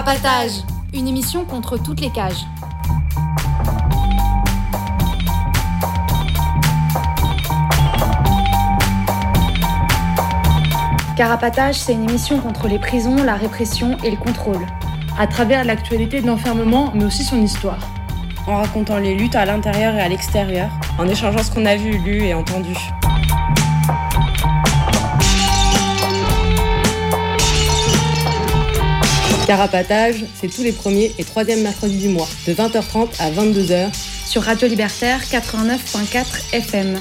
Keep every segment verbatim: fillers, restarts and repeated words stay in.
Carapatage, une émission contre toutes les cages. Carapatage, c'est une émission contre les prisons, la répression et le contrôle. À travers l'actualité de l'enfermement, mais aussi son histoire. En racontant les luttes à l'intérieur et à l'extérieur. En échangeant ce qu'on a vu, lu et entendu. Carapatage, c'est tous les premiers et troisièmes mercredis du mois, de vingt heures trente à vingt-deux heures. Sur Radio Libertaire quatre-vingt-neuf virgule quatre F M.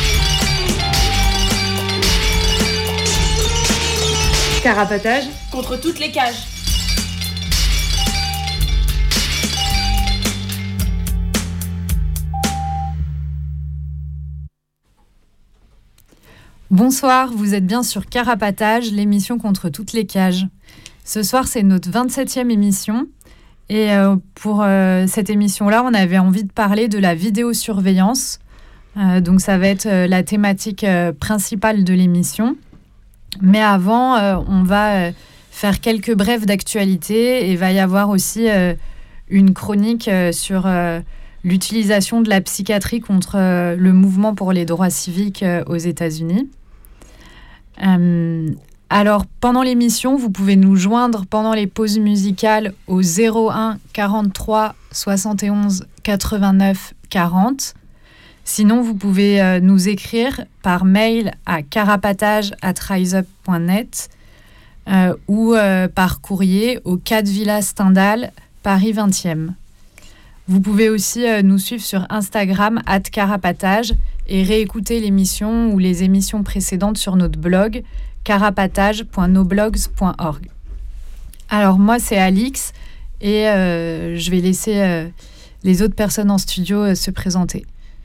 Carapatage contre toutes les cages. Bonsoir, vous êtes bien sur Carapatage, l'émission contre toutes les cages. Ce soir, c'est notre vingt-septième émission. Et euh, pour euh, cette émission-là, on avait envie de parler de la vidéosurveillance. Euh, donc, ça va être euh, la thématique euh, principale de l'émission. Mais avant, euh, on va euh, faire quelques brèves d'actualité. Et il va y avoir aussi euh, une chronique euh, sur euh, l'utilisation de la psychiatrie contre euh, le mouvement pour les droits civiques euh, aux États-Unis. Euh, alors, pendant l'émission, vous pouvez nous joindre pendant les pauses musicales au zéro un quarante-trois soixante et onze quatre-vingt-neuf quarante. Sinon, vous pouvez euh, nous écrire par mail à carapatage arobase riseup point net euh, ou euh, par courrier au quatre Villa Stendhal, Paris vingtième. Vous pouvez aussi euh, nous suivre sur Instagram arobase carapatage et réécouter l'émission ou les émissions précédentes sur notre blog carapatage point noblogs point org. Alors moi, c'est Alix et euh, je vais laisser euh, les autres personnes en studio euh, se présenter.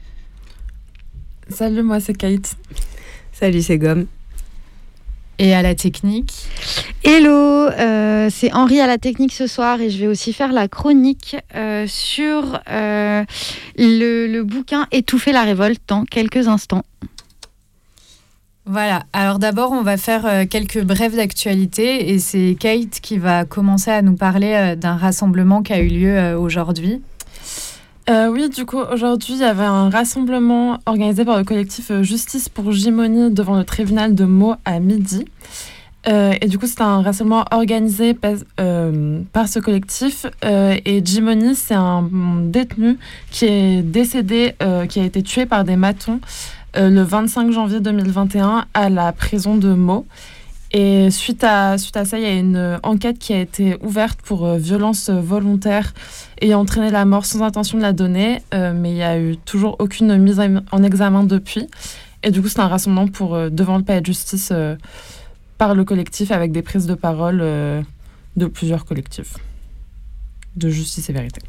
Salut, moi c'est Kate. Salut, c'est Gomme. Et à la technique. Hello, euh, c'est Henri à la technique ce soir et je vais aussi faire la chronique euh, sur euh, le, le bouquin Étouffer la révolte dans quelques instants. Voilà, alors d'abord on va faire euh, quelques brèves d'actualité et c'est Kate qui va commencer à nous parler euh, d'un rassemblement qui a eu lieu euh, aujourd'hui. Euh, oui, du coup, aujourd'hui, il y avait un rassemblement organisé par le collectif Justice pour Jimoni devant le tribunal de Meaux à midi. Euh, et du coup, c'est un rassemblement organisé par, euh, par ce collectif. Euh, et Jimoni, c'est un détenu qui est décédé, euh, qui a été tué par des matons euh, le vingt-cinq janvier deux mille vingt et un à la prison de Meaux. Et suite à, suite à ça, il y a une enquête qui a été ouverte pour euh, violence volontaire ayant entraîné la mort sans intention de la donner, euh, mais il n'y a eu toujours aucune mise en examen depuis. Et du coup, c'est un rassemblement pour, euh, devant le palais de justice euh, par le collectif avec des prises de parole euh, de plusieurs collectifs de justice et vérité.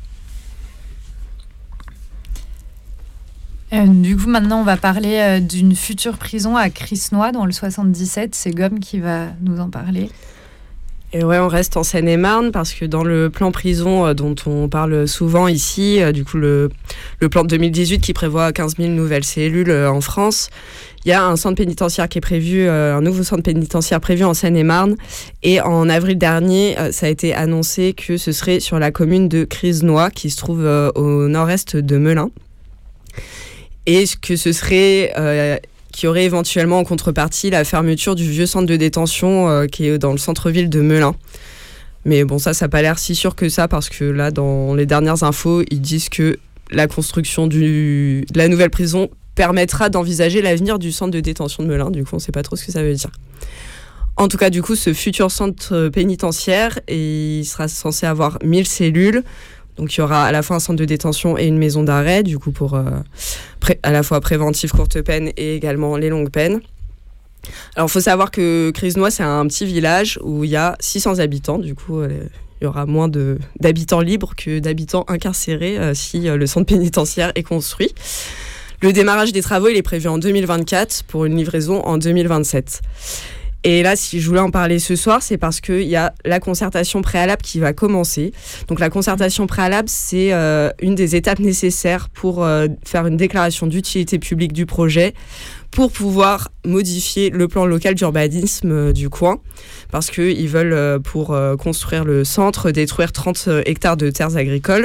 Euh, du coup, maintenant, on va parler euh, d'une future prison à Crisnois dans le soixante-dix-sept. C'est Gomme qui va nous en parler. Et ouais, on reste en Seine-et-Marne parce que dans le plan prison euh, dont on parle souvent ici, euh, du coup le, le plan de deux mille dix-huit qui prévoit quinze mille nouvelles cellules euh, en France, il y a un centre pénitentiaire qui est prévu, euh, un nouveau centre pénitentiaire prévu en Seine-et-Marne. Et en avril dernier, euh, ça a été annoncé que ce serait sur la commune de Crisnois qui se trouve euh, au nord-est de Melun. Et que ce serait, euh, qu'il y aurait éventuellement en contrepartie la fermeture du vieux centre de détention euh, qui est dans le centre-ville de Melun. Mais bon, ça, ça n'a pas l'air si sûr que ça parce que là, dans les dernières infos, ils disent que la construction du, de la nouvelle prison permettra d'envisager l'avenir du centre de détention de Melun. Du coup, on ne sait pas trop ce que ça veut dire. En tout cas, du coup, ce futur centre pénitentiaire, et il sera censé avoir mille cellules. Donc, il y aura à la fois un centre de détention et une maison d'arrêt, du coup, pour euh, pré- à la fois préventif, courte peine et également les longues peines. Alors, il faut savoir que Crisnois, c'est un petit village où il y a six cents habitants. Du coup, euh, il y aura moins de, d'habitants libres que d'habitants incarcérés euh, si euh, le centre pénitentiaire est construit. Le démarrage des travaux, il est prévu en deux mille vingt-quatre pour une livraison en deux mille vingt-sept. Et là, si je voulais en parler ce soir, c'est parce qu'il y a la concertation préalable qui va commencer. Donc la concertation préalable, c'est euh, une des étapes nécessaires pour euh, faire une déclaration d'utilité publique du projet, pour pouvoir modifier le plan local d'urbanisme euh, du coin, parce qu'ils veulent, euh, pour euh, construire le centre, détruire trente hectares de terres agricoles.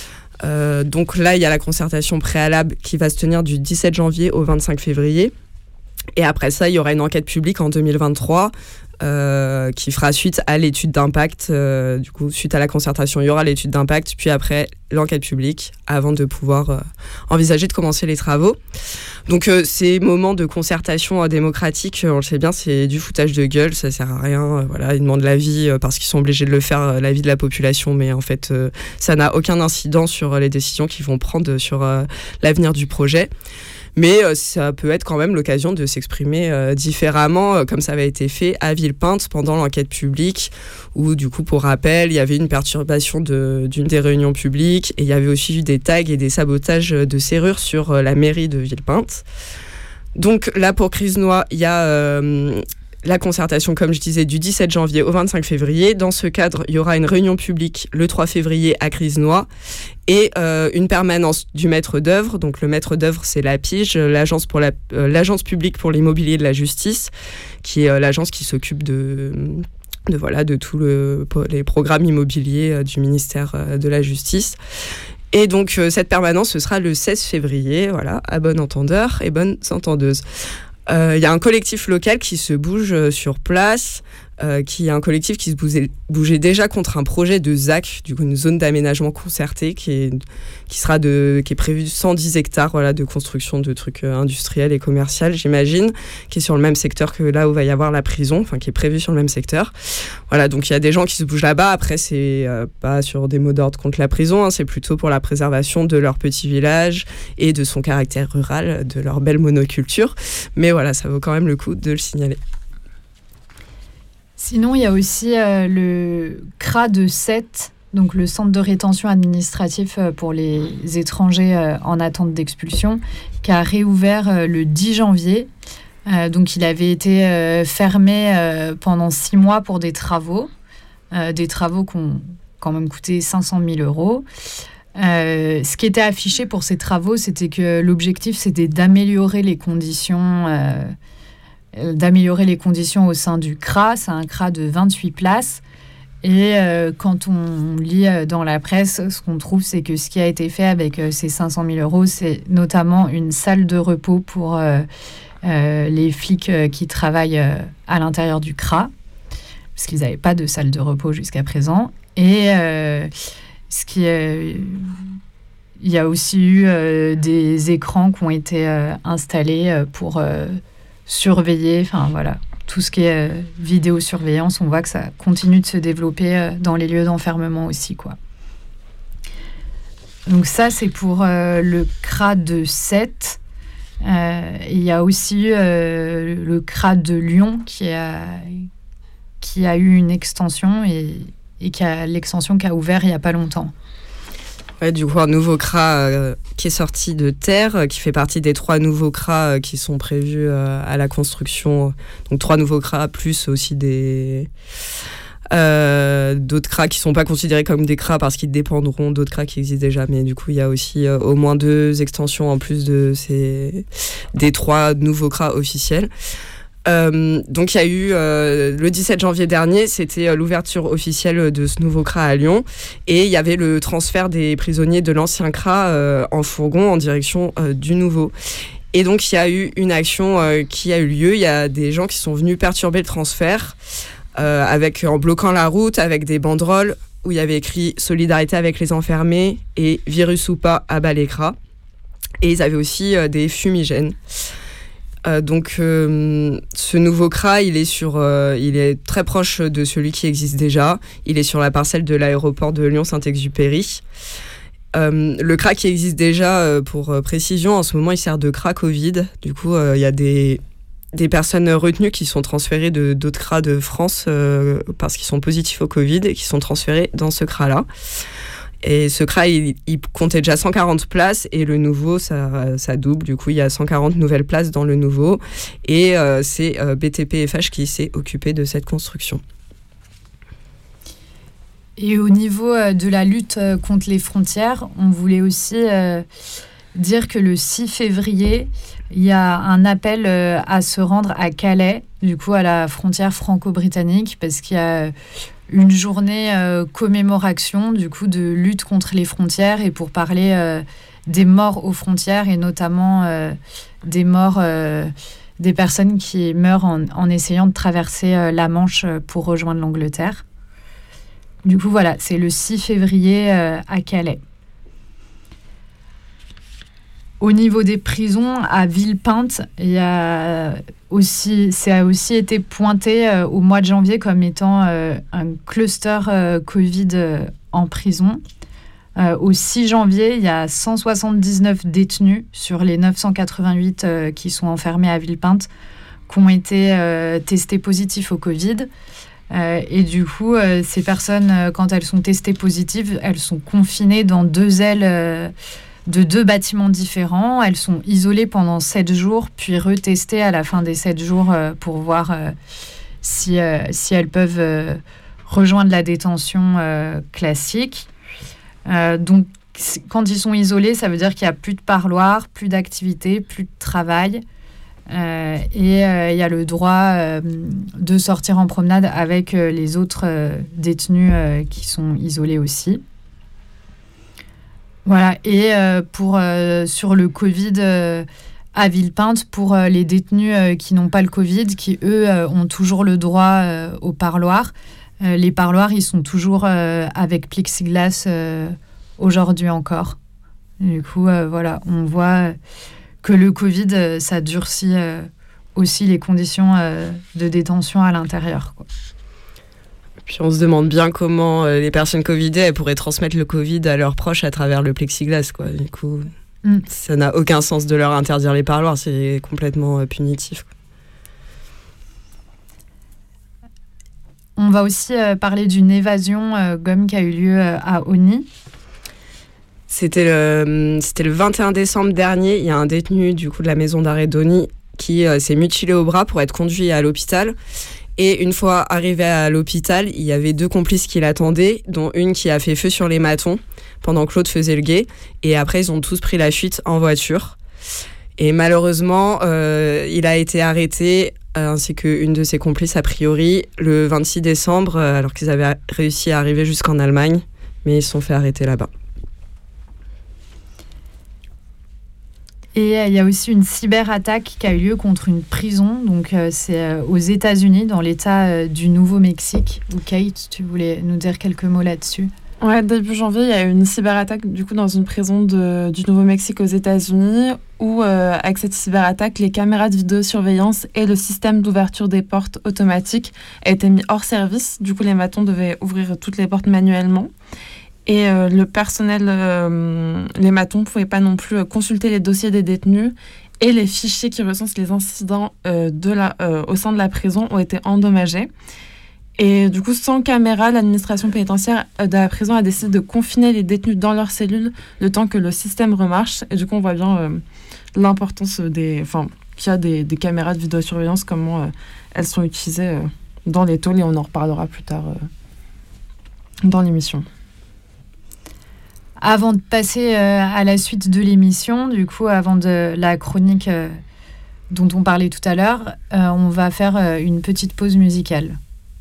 Euh, donc là, il y a la concertation préalable qui va se tenir du dix-sept janvier au vingt-cinq février. Et après ça, il y aura une enquête publique en deux mille vingt-trois euh, qui fera suite à l'étude d'impact. Euh, du coup, suite à la concertation, il y aura l'étude d'impact, puis après l'enquête publique, avant de pouvoir euh, envisager de commencer les travaux. Donc euh, ces moments de concertation euh, démocratique, euh, on le sait bien, c'est du foutage de gueule, ça sert à rien. Euh, voilà, ils demandent l'avis euh, parce qu'ils sont obligés de le faire, euh, l'avis de la population, mais en fait, euh, ça n'a aucun incident sur euh, les décisions qu'ils vont prendre sur euh, l'avenir du projet. Mais euh, ça peut être quand même l'occasion de s'exprimer euh, différemment, euh, comme ça avait été fait à Villepinte pendant l'enquête publique, où du coup, pour rappel, il y avait une perturbation de, d'une des réunions publiques, et il y avait aussi eu des tags et des sabotages de serrures sur euh, la mairie de Villepinte. Donc là, pour Crisnois, il y a euh, la concertation, comme je disais, du dix-sept janvier au vingt-cinq février. Dans ce cadre, il y aura une réunion publique le trois février à Crisnois et euh, une permanence du maître d'œuvre. Donc le maître d'œuvre, c'est l'A P I G, l'agence, pour la, euh, l'agence publique pour l'immobilier de la justice, qui est euh, l'agence qui s'occupe de, de, voilà, de tous le, les programmes immobiliers euh, du ministère euh, de la Justice. Et donc euh, cette permanence, ce sera le seize février, voilà, à bon entendeur et bonne entendeuse. Il euh, y a un collectif local qui se bouge euh, sur place, euh, qui est un collectif qui se bougeait, bougeait déjà contre un projet de Z A C, du coup une zone d'aménagement concerté qui est, qui sera de, qui est prévu cent dix hectares, voilà, de construction de trucs euh, industriels et commerciaux, j'imagine, qui est sur le même secteur que là où va y avoir la prison, enfin qui est prévu sur le même secteur. Voilà, donc il y a des gens qui se bougent là-bas. Après, c'est euh, pas sur des mots d'ordre contre la prison, hein, c'est plutôt pour la préservation de leur petit village et de son caractère rural, de leur belle monoculture. Mais voilà, ça vaut quand même le coup de le signaler. Sinon, il y a aussi euh, le C R A de Sète, donc le centre de rétention administratif pour les étrangers euh, en attente d'expulsion, qui a réouvert euh, le dix janvier. Euh, donc, il avait été euh, fermé euh, pendant six mois pour des travaux, euh, des travaux qui ont quand même coûté cinq cent mille euros. Euh, ce qui était affiché pour ces travaux, c'était que l'objectif, c'était d'améliorer les conditions, euh, d'améliorer les conditions au sein du C R A. C'est un C R A de vingt-huit places. Et euh, quand on lit dans la presse, ce qu'on trouve, c'est que ce qui a été fait avec euh, ces cinq cent mille euros, c'est notamment une salle de repos pour euh, euh, les flics euh, qui travaillent euh, à l'intérieur du C R A, parce qu'ils n'avaient pas de salle de repos jusqu'à présent. Et euh, ce qui est... il y a aussi eu euh, des écrans qui ont été euh, installés euh, pour euh, surveiller, enfin voilà, tout ce qui est euh, vidéosurveillance. On voit que ça continue de se développer euh, dans les lieux d'enfermement aussi, quoi. Donc ça, c'est pour euh, le C R A de Sète. Euh, il y a aussi euh, le C R A de Lyon qui a, qui a eu une extension et et qui a l'extension qui a ouvert il n'y a pas longtemps. Ouais, du coup, un nouveau C R A euh, qui est sorti de terre, euh, qui fait partie des trois nouveaux C R A euh, qui sont prévus euh, à la construction. Donc, trois nouveaux C R A, plus aussi des... Euh, d'autres C R A qui ne sont pas considérés comme des C R A parce qu'ils dépendront d'autres C R A qui existent déjà. Mais du coup, il y a aussi euh, au moins deux extensions en plus de ces... des trois nouveaux C R A officiels. Euh, donc il y a eu euh, le dix-sept janvier dernier, c'était euh, l'ouverture officielle de ce nouveau C R A à Lyon, et il y avait le transfert des prisonniers de l'ancien C R A euh, en fourgon en direction euh, du nouveau. Et donc il y a eu une action euh, qui a eu lieu. Il y a des gens qui sont venus perturber le transfert euh, avec, en bloquant la route avec des banderoles où il y avait écrit « Solidarité avec les enfermés » et « Virus ou pas, abat les C R A ». Et ils avaient aussi euh, des fumigènes. Euh, donc euh, ce nouveau C R A, il est, sur, euh, il est très proche de celui qui existe déjà. Il est sur la parcelle de l'aéroport de Lyon-Saint-Exupéry. Euh, le C R A qui existe déjà, euh, pour euh, précision, en ce moment, il sert de C R A Covid. Du coup, il euh, y a des, des personnes retenues qui sont transférées de, d'autres C R A de France euh, parce qu'ils sont positifs au Covid et qui sont transférés dans ce C R A-là. Et ce C R A, il, il comptait déjà cent quarante places et le nouveau, ça, ça double. Du coup, il y a cent quarante nouvelles places dans le nouveau. Et euh, c'est euh, B T P F H qui s'est occupé de cette construction. Et au niveau euh, de la lutte euh, contre les frontières, on voulait aussi euh, dire que le six février, il y a un appel euh, à se rendre à Calais, du coup à la frontière franco-britannique, parce qu'il y a une journée euh, commémoration du coup de lutte contre les frontières et pour parler euh, des morts aux frontières et notamment euh, des morts euh, des personnes qui meurent en, en essayant de traverser euh, la Manche pour rejoindre l'Angleterre. Du coup voilà, c'est le six février euh, à Calais. Au niveau des prisons, à Villepinte, il y a aussi, ça a aussi été pointé euh, au mois de janvier comme étant euh, un cluster euh, Covid euh, en prison. Euh, au six janvier, il y a cent soixante-dix-neuf détenus sur les neuf cent quatre-vingt-huit euh, qui sont enfermés à Villepinte qui ont été euh, testés positifs au Covid. Euh, et du coup, euh, ces personnes, euh, quand elles sont testées positives, elles sont confinées dans deux ailes euh, de deux bâtiments différents. Elles sont isolées pendant sept jours, puis retestées à la fin des sept jours euh, pour voir euh, si, euh, si elles peuvent euh, rejoindre la détention euh, classique. Euh, donc, quand ils sont isolés, ça veut dire qu'il n'y a plus de parloir, plus d'activité, plus de travail. Euh, et il euh, y a le droit euh, de sortir en promenade avec euh, les autres euh, détenus euh, qui sont isolés aussi. Voilà. Et euh, pour, euh, sur le Covid euh, à Villepinte, pour euh, les détenus euh, qui n'ont pas le Covid, qui eux euh, ont toujours le droit euh, au parloir. Euh, les parloirs, ils sont toujours euh, avec plexiglas euh, aujourd'hui encore. Du coup, euh, voilà, on voit que le Covid, ça durcit euh, aussi les conditions euh, de détention à l'intérieur, quoi. Puis on se demande bien comment euh, les personnes covidées elles pourraient transmettre le Covid à leurs proches à travers le plexiglas, quoi. Du coup, mm. ça n'a aucun sens de leur interdire les parloirs, c'est complètement euh, punitif, quoi. On va aussi euh, parler d'une évasion euh, gomme qui a eu lieu euh, à Osny. C'était le, c'était le vingt et un décembre dernier. Il y a un détenu du coup de la maison d'arrêt d'Osny qui euh, s'est mutilé au bras pour être conduit à l'hôpital. Et une fois arrivé à l'hôpital, il y avait deux complices qui l'attendaient, dont une qui a fait feu sur les matons pendant que l'autre faisait le guet. Et après, ils ont tous pris la fuite en voiture. Et malheureusement, euh, il a été arrêté, ainsi qu'une de ses complices, a priori, le vingt-six décembre, alors qu'ils avaient réussi à arriver jusqu'en Allemagne. Mais ils se sont fait arrêter là-bas. Et il y a aussi une cyberattaque qui a eu lieu contre une prison. Donc, euh, c'est euh, aux États-Unis, dans l'État euh, du Nouveau-Mexique. Ou Kate, tu voulais nous dire quelques mots là-dessus? Ouais, début janvier, il y a eu une cyberattaque du coup dans une prison de, du Nouveau-Mexique aux États-Unis où, euh, avec cette cyberattaque, les caméras de vidéosurveillance et le système d'ouverture des portes automatique a été mis hors service. Du coup, les matons devaient ouvrir toutes les portes manuellement. Et euh, le personnel, euh, les matons ne pouvaient pas non plus consulter les dossiers des détenus et les fichiers qui recensent les incidents euh, de la, euh, au sein de la prison ont été endommagés. Et du coup, sans caméra, l'administration pénitentiaire de la prison a décidé de confiner les détenus dans leurs cellules le temps que le système remarche. Et du coup, on voit bien euh, l'importance des, enfin, qu'il y a des, des caméras de vidéosurveillance, comment euh, elles sont utilisées euh, dans les tôles, et on en reparlera plus tard euh, dans l'émission. Avant de passer euh, à la suite de l'émission, du coup, avant de la chronique euh, dont on parlait tout à l'heure, euh, on va faire euh, une petite pause musicale.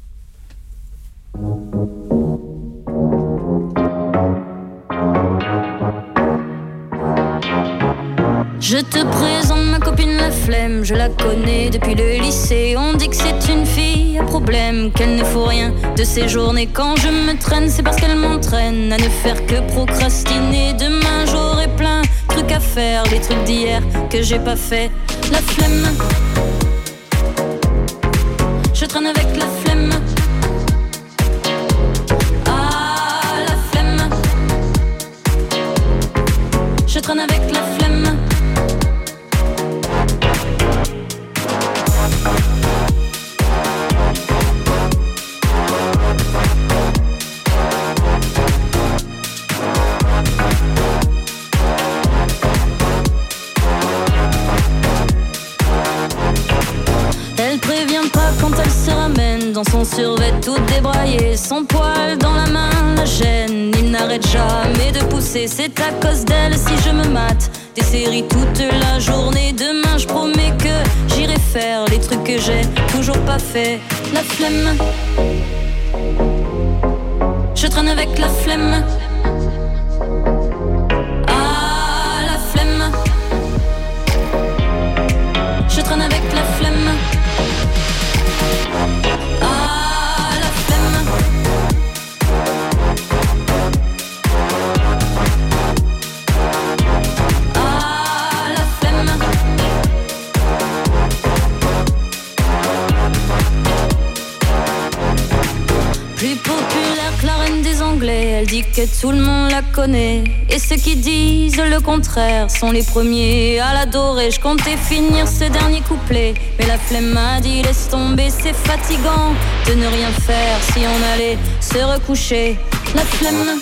Je te présente ma copine la flemme, je la connais depuis le lycée. On dit que c'est une fille à problème, qu'elle ne faut rien de ses journées. Quand je me traîne, c'est parce qu'elle m'entraîne à ne faire que procrastiner. Demain j'aurai plein de trucs à faire, les trucs d'hier que j'ai pas fait. La flemme, je traîne avec la flemme. Ah, la flemme, je traîne avec la flemme. pas quand elle se ramène dans son survêt tout débraillé, son poil dans la main la gêne. Il n'arrête jamais de pousser, c'est à cause d'elle si je me mate des séries toute la journée. Demain je promets que j'irai faire les trucs que j'ai toujours pas fait. La flemme, je traîne avec la flemme. Ah, la flemme, je traîne avec la flemme. Ah, la flemme. Ah, la flemme. Plus populaire que la reine des Anglais, elle dit que tout le monde la connaît. Et ceux qui disent le contraire sont les premiers à l'adorer. Je comptais finir ce dernier couplet, mais la flemme m'a dit laisse tomber, c'est fatigant de ne rien faire si on allait se recoucher. La flemme,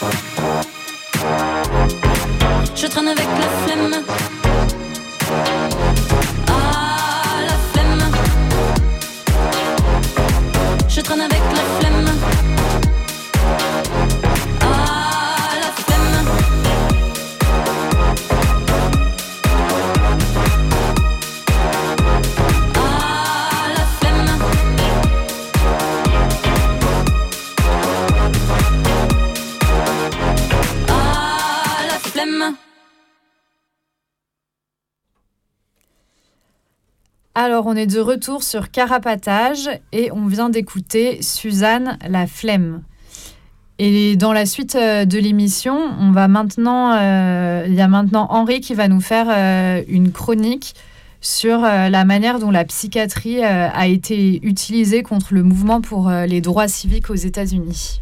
je traîne avec la flemme. Ah, la flemme, je traîne avec la flemme. Ah, la flemme. Ah, la flemme. Ah, la flemme. Alors, on est de retour sur Carapatage et on vient d'écouter Suzanne, la flemme. Et dans la suite de l'émission, on va maintenant, euh, il y a maintenant Henri qui va nous faire euh, une chronique sur euh, la manière dont la psychiatrie euh, a été utilisée contre le mouvement pour euh, les droits civiques aux États-Unis.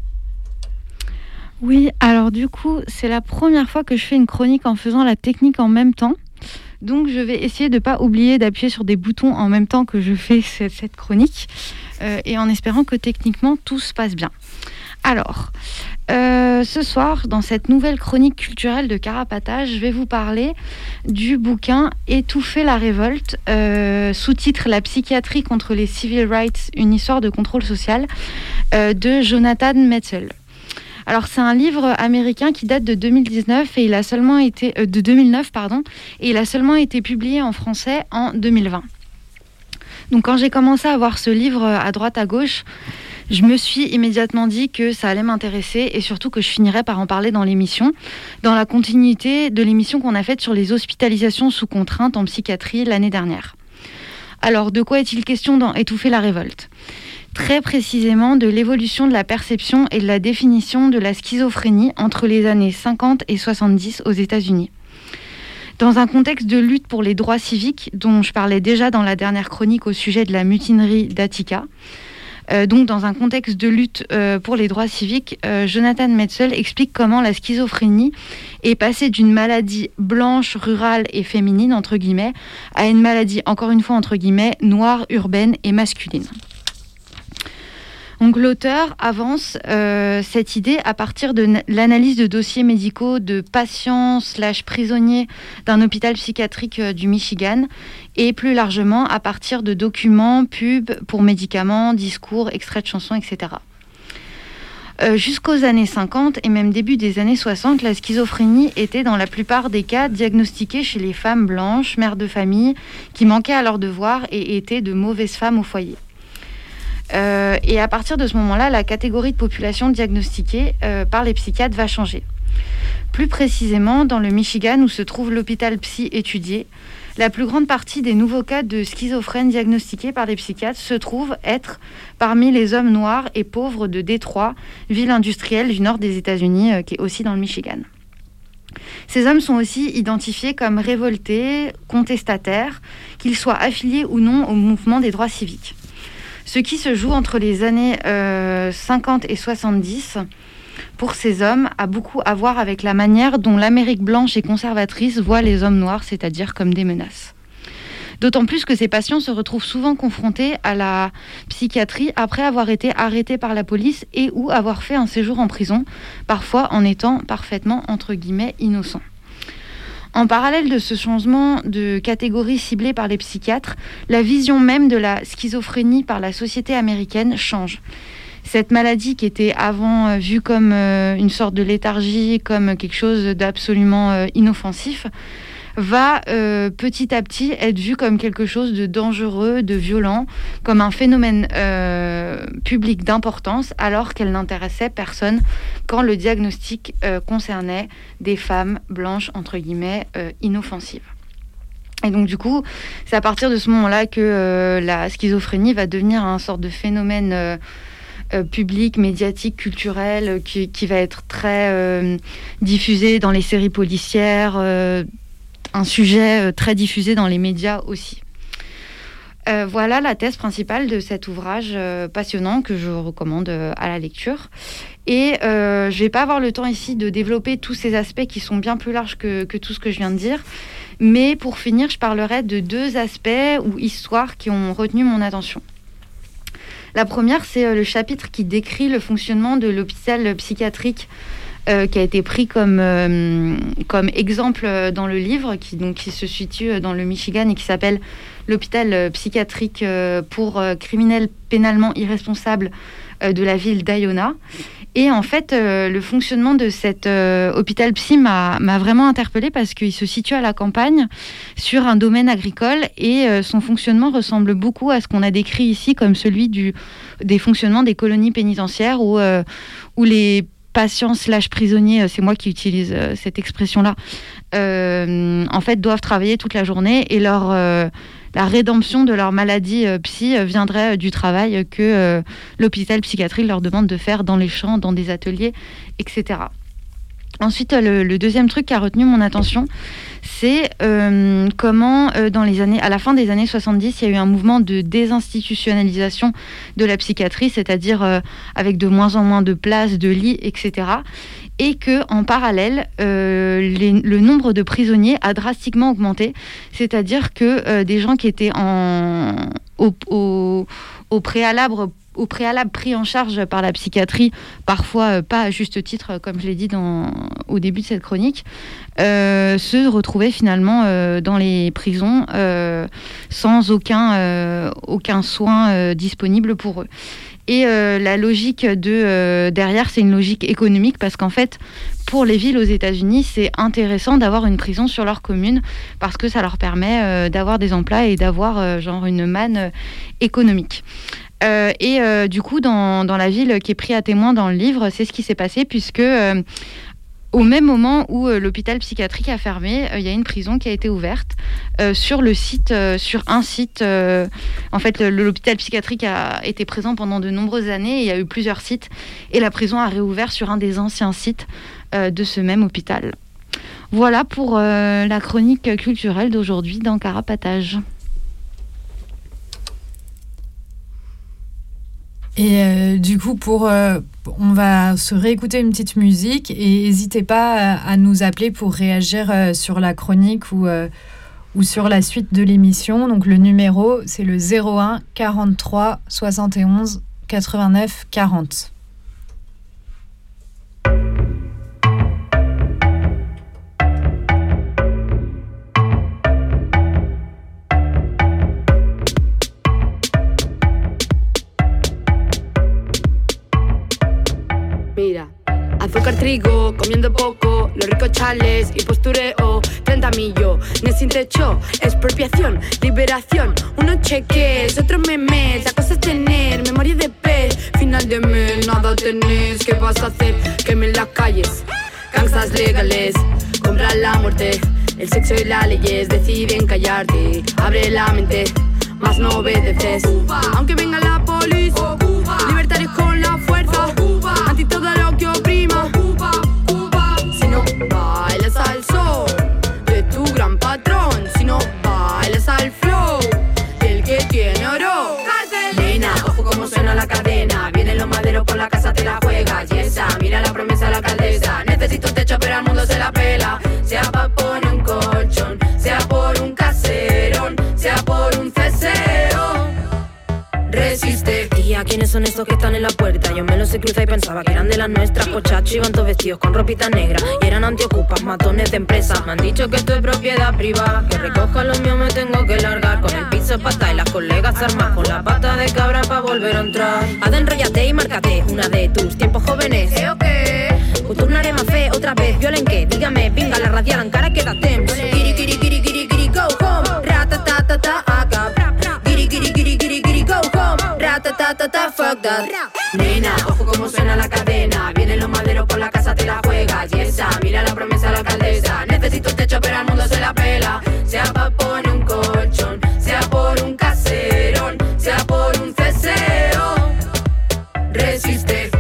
Oui, alors du coup, c'est la première fois que je fais une chronique en faisant la technique en même temps. Donc, je vais essayer de ne pas oublier d'appuyer sur des boutons en même temps que je fais cette, cette chronique euh, et en espérant que techniquement, tout se passe bien. Alors, euh, ce soir, dans cette nouvelle chronique culturelle de Carapatage, je vais vous parler du bouquin « Étouffer la révolte euh, », sous-titre « La psychiatrie contre les civil rights, une histoire de contrôle social euh, » de Jonathan Metzl. Alors, c'est un livre américain qui date de deux mille dix-neuf et il a seulement été euh, de deux mille neuf pardon, et il a seulement été publié en français en deux mille vingt. Donc, quand j'ai commencé à voir ce livre à droite à gauche, je me suis immédiatement dit que ça allait m'intéresser et surtout que je finirais par en parler dans l'émission, dans la continuité de l'émission qu'on a faite sur les hospitalisations sous contrainte en psychiatrie l'année dernière. Alors, de quoi est-il question dans Étouffer la révolte ? Très précisément de l'évolution de la perception et de la définition de la schizophrénie entre les années cinquante et soixante-dix aux États-Unis. Dans un contexte de lutte pour les droits civiques, dont je parlais déjà dans la dernière chronique au sujet de la mutinerie d'Attica, euh, donc dans un contexte de lutte euh, pour les droits civiques, euh, Jonathan Metzl explique comment la schizophrénie est passée d'une maladie blanche, rurale et féminine, entre guillemets, à une maladie, encore une fois, entre guillemets, noire, urbaine et masculine. Donc, l'auteur avance euh, cette idée à partir de n- l'analyse de dossiers médicaux de patients slash prisonniers d'un hôpital psychiatrique euh, du Michigan et plus largement à partir de documents, pubs pour médicaments, discours, extraits de chansons, et cetera. Euh, jusqu'aux années cinquante et même début des années soixante, la schizophrénie était dans la plupart des cas diagnostiquée chez les femmes blanches, mères de famille, qui manquaient à leurs devoirs et étaient de mauvaises femmes au foyer. Euh, et à partir de ce moment-là, la catégorie de population diagnostiquée euh, par les psychiatres va changer. Plus précisément, dans le Michigan où se trouve l'hôpital psy étudié, la plus grande partie des nouveaux cas de schizophrène diagnostiqués par les psychiatres se trouvent être parmi les hommes noirs et pauvres de Détroit, ville industrielle du nord des États-Unis, euh, qui est aussi dans le Michigan. Ces hommes sont aussi identifiés comme révoltés, contestataires, qu'ils soient affiliés ou non au mouvement des droits civiques. Ce qui se joue entre les années euh, cinquante et soixante-dix, pour ces hommes, a beaucoup à voir avec la manière dont l'Amérique blanche et conservatrice voit les hommes noirs, c'est-à-dire comme des menaces. D'autant plus que ces patients se retrouvent souvent confrontés à la psychiatrie après avoir été arrêtés par la police et ou avoir fait un séjour en prison, parfois en étant parfaitement, entre guillemets, innocents. En parallèle de ce changement de catégorie ciblée par les psychiatres, la vision même de la schizophrénie par la société américaine change. Cette maladie qui était avant vue comme une sorte de léthargie, comme quelque chose d'absolument inoffensif, va euh, petit à petit être vue comme quelque chose de dangereux, de violent, comme un phénomène euh, public d'importance, alors qu'elle n'intéressait personne quand le diagnostic euh, concernait des femmes blanches, entre guillemets, euh, inoffensives. Et donc du coup, c'est à partir de ce moment-là que euh, la schizophrénie va devenir un sorte de phénomène euh, euh, public, médiatique, culturel, euh, qui, qui va être très euh, diffusé dans les séries policières, euh, un sujet euh, très diffusé dans les médias aussi. Euh, voilà la thèse principale de cet ouvrage euh, passionnant que je recommande euh, à la lecture. Et euh, je ne vais pas avoir le temps ici de développer tous ces aspects qui sont bien plus larges que, que tout ce que je viens de dire. Mais pour finir, je parlerai de deux aspects ou histoires qui ont retenu mon attention. La première, c'est euh, le chapitre qui décrit le fonctionnement de l'hôpital psychiatrique Euh, qui a été pris comme, euh, comme exemple dans le livre, qui, donc, qui se situe dans le Michigan et qui s'appelle l'hôpital psychiatrique pour euh, criminels pénalement irresponsables euh, de la ville d'Iona. Et en fait, euh, le fonctionnement de cet euh, hôpital psy m'a, m'a vraiment interpellée parce qu'il se situe à la campagne, sur un domaine agricole, et euh, son fonctionnement ressemble beaucoup à ce qu'on a décrit ici comme celui du, des fonctionnements des colonies pénitentiaires où, euh, où les patients slash prisonniers, c'est moi qui utilise euh, cette expression-là, euh, en fait, doivent travailler toute la journée et leur, euh, la rédemption de leur maladie euh, psy euh, viendrait euh, du travail que euh, l'hôpital psychiatrique leur demande de faire dans les champs, dans des ateliers, et cetera. Ensuite, le, le deuxième truc qui a retenu mon attention, c'est euh, comment, euh, dans les années, à la fin des années soixante-dix, il y a eu un mouvement de désinstitutionnalisation de la psychiatrie, c'est-à-dire euh, avec de moins en moins de places, de lits, et cetera. Et qu'en parallèle, euh, les, le nombre de prisonniers a drastiquement augmenté, c'est-à-dire que euh, des gens qui étaient en, au, au, au préalable au préalable pris en charge par la psychiatrie, parfois euh, pas à juste titre, comme je l'ai dit dans, au début de cette chronique, euh, se retrouvaient finalement euh, dans les prisons euh, sans aucun, euh, aucun soin euh, disponible pour eux. Et euh, la logique de, euh, derrière, c'est une logique économique, parce qu'en fait, pour les villes aux États-Unis, c'est intéressant d'avoir une prison sur leur commune, parce que ça leur permet euh, d'avoir des emplois et d'avoir euh, genre une manne euh, économique. Euh, et euh, du coup, dans, dans la ville qui est prise à témoin dans le livre, c'est ce qui s'est passé, puisque euh, au même moment où euh, l'hôpital psychiatrique a fermé, il euh, y a une prison qui a été ouverte euh, sur le site, euh, sur un site. Euh, en fait, le, l'hôpital psychiatrique a été présent pendant de nombreuses années, et il y a eu plusieurs sites, et la prison a réouvert sur un des anciens sites euh, de ce même hôpital. Voilà pour euh, la chronique culturelle d'aujourd'hui dans Carapatage. Et euh, du coup, pour, euh, on va se réécouter une petite musique, et n'hésitez pas à, à nous appeler pour réagir euh, sur la chronique ou, euh, ou sur la suite de l'émission. Donc le numéro, c'est le zéro un quarante-trois soixante et onze quatre-vingt-neuf quarante. Mira, azúcar, trigo, comiendo poco, los ricos chales y postureo, treinta millo, no sin techo, expropiación, liberación, unos cheques, otros memes, la cosa es tener memoria de pez, final de mes, nada tenés, ¿qué vas a hacer? Quemen las calles, gangstas legales, comprar la muerte, el sexo y las leyes deciden callarte, abre la mente, más no obedeces, aunque venga la policía, libertarios con la fuerza, anti todo lo que oprima, si no bailas al son de tu gran patrón, si no bailas al flow del que tiene oro. Nena, ojo como suena la cadena, vienen los maderos por la casa, te la juegas, y esa, mira la promesa de la alcaldesa, necesito un techo pero al mundo se la pela, sea pa' poner un colchón, sea por un caserón, sea por un ceseo. Resiste. Tía, ¿quiénes son estos que están en la puerta? Yo me los se cruza y pensaba que eran de las nuestras. Pochacho iban todos vestidos con ropita negra y eran antiocupas, matones de empresa. Me han dicho que esto es propiedad privada, que recoja lo mío me tengo que largar. Con el piso pata y las colegas armas con la pata de cabra pa' volver a entrar. Haz enrollate y márcate una de tus tiempos jóvenes. ¿Eh o qué? Pues turnaré más fe otra vez. ¿Violen qué? Dígame, pinga la radial encara que da temps. Kiri kiri kiri kiri kiri go home. Ratatatata acá. Kiri kiri kiri kiri kiri go home. Ratatatata fuck that. Nena, ojo como suena la cadena. Vienen los maderos por la casa, te la juegas. Y esa, mira la promesa a la alcaldesa. Necesito un techo pero al mundo se la pela. Sea pa' poner un colchón, sea por un caserón, sea por un ceseo. Resiste.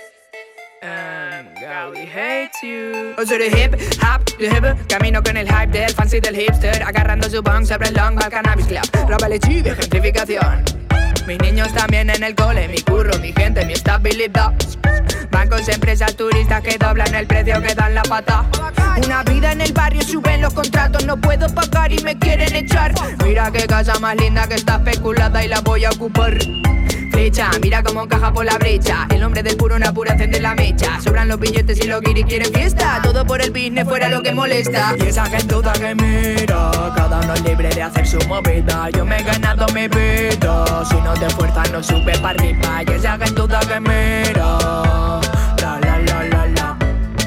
We hate you. Yo soy de hip hop, de hip. Camino con el hype del fancy del hipster. Agarrando su bong sobre el long al cannabis club. Roba leche, gentrificación. Mis niños también en el cole. Mi curro, mi gente, mi estabilidad. Bancos, empresas, turistas que doblan el precio que dan la pata. Una vida en el barrio, suben los contratos. No puedo pagar y me quieren echar. Mira qué casa más linda que está especulada y la voy a ocupar. Flecha, mira cómo encaja por la brecha. El hombre del puro una pura encende la mecha. Sobran los billetes y los guiris quieren fiesta. Todo por el business, fuera lo que molesta. Y esa gentuza que mira, cada uno es libre de hacer su movida. Yo me he ganado mi vida. Si no te esfuerzas no sube para arriba. Y esa gentuza que mira, la la la la la.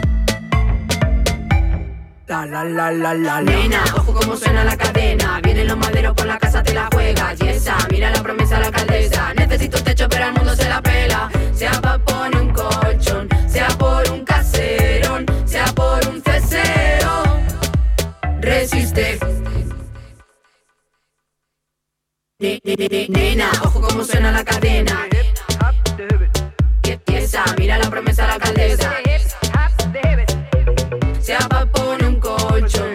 La la la la la la. Nena, ojo como suena la cadena. Vienen los maderos por la casa, te la juegas. Y esa, mira la promesa a la alcaldesa. Necesito un techo pero al mundo se la pela. Sea pa' poner un colchón, sea por un caserón, sea por un ceseo. Resiste. Ne, ne, ne, nena, ojo como suena la cadena. Y esa, mira la promesa a la alcaldesa. Sea pa' poner un colchón,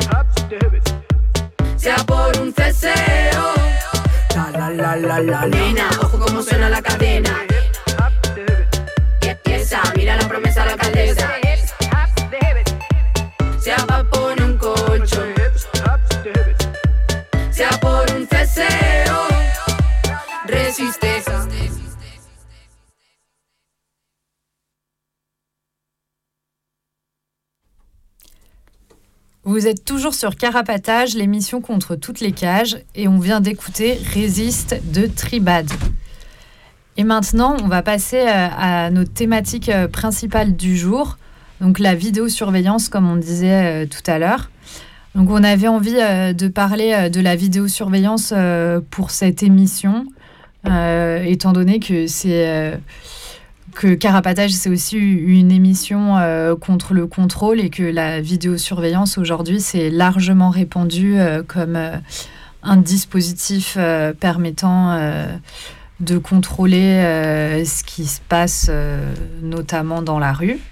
sea por un ceseo. La la la la la. Nena, ojo como suena la cadena. Y esa, mira la promesa a la alcaldesa. Sea pa' poner un colchón, sea por un ceseo. Resiste. Vous êtes toujours sur Carapatage, l'émission contre toutes les cages, et on vient d'écouter Résiste de Tribad. Et maintenant, on va passer à notre thématique principale du jour, donc la vidéosurveillance, comme on disait tout à l'heure. Donc on avait envie de parler de la vidéosurveillance pour cette émission, euh, étant donné que c'est... Euh, que Carapatage, c'est aussi une émission euh, contre le contrôle et que la vidéosurveillance, aujourd'hui, c'est largement répandu euh, comme euh, un dispositif euh, permettant euh, de contrôler euh, ce qui se passe, euh, notamment dans la rue.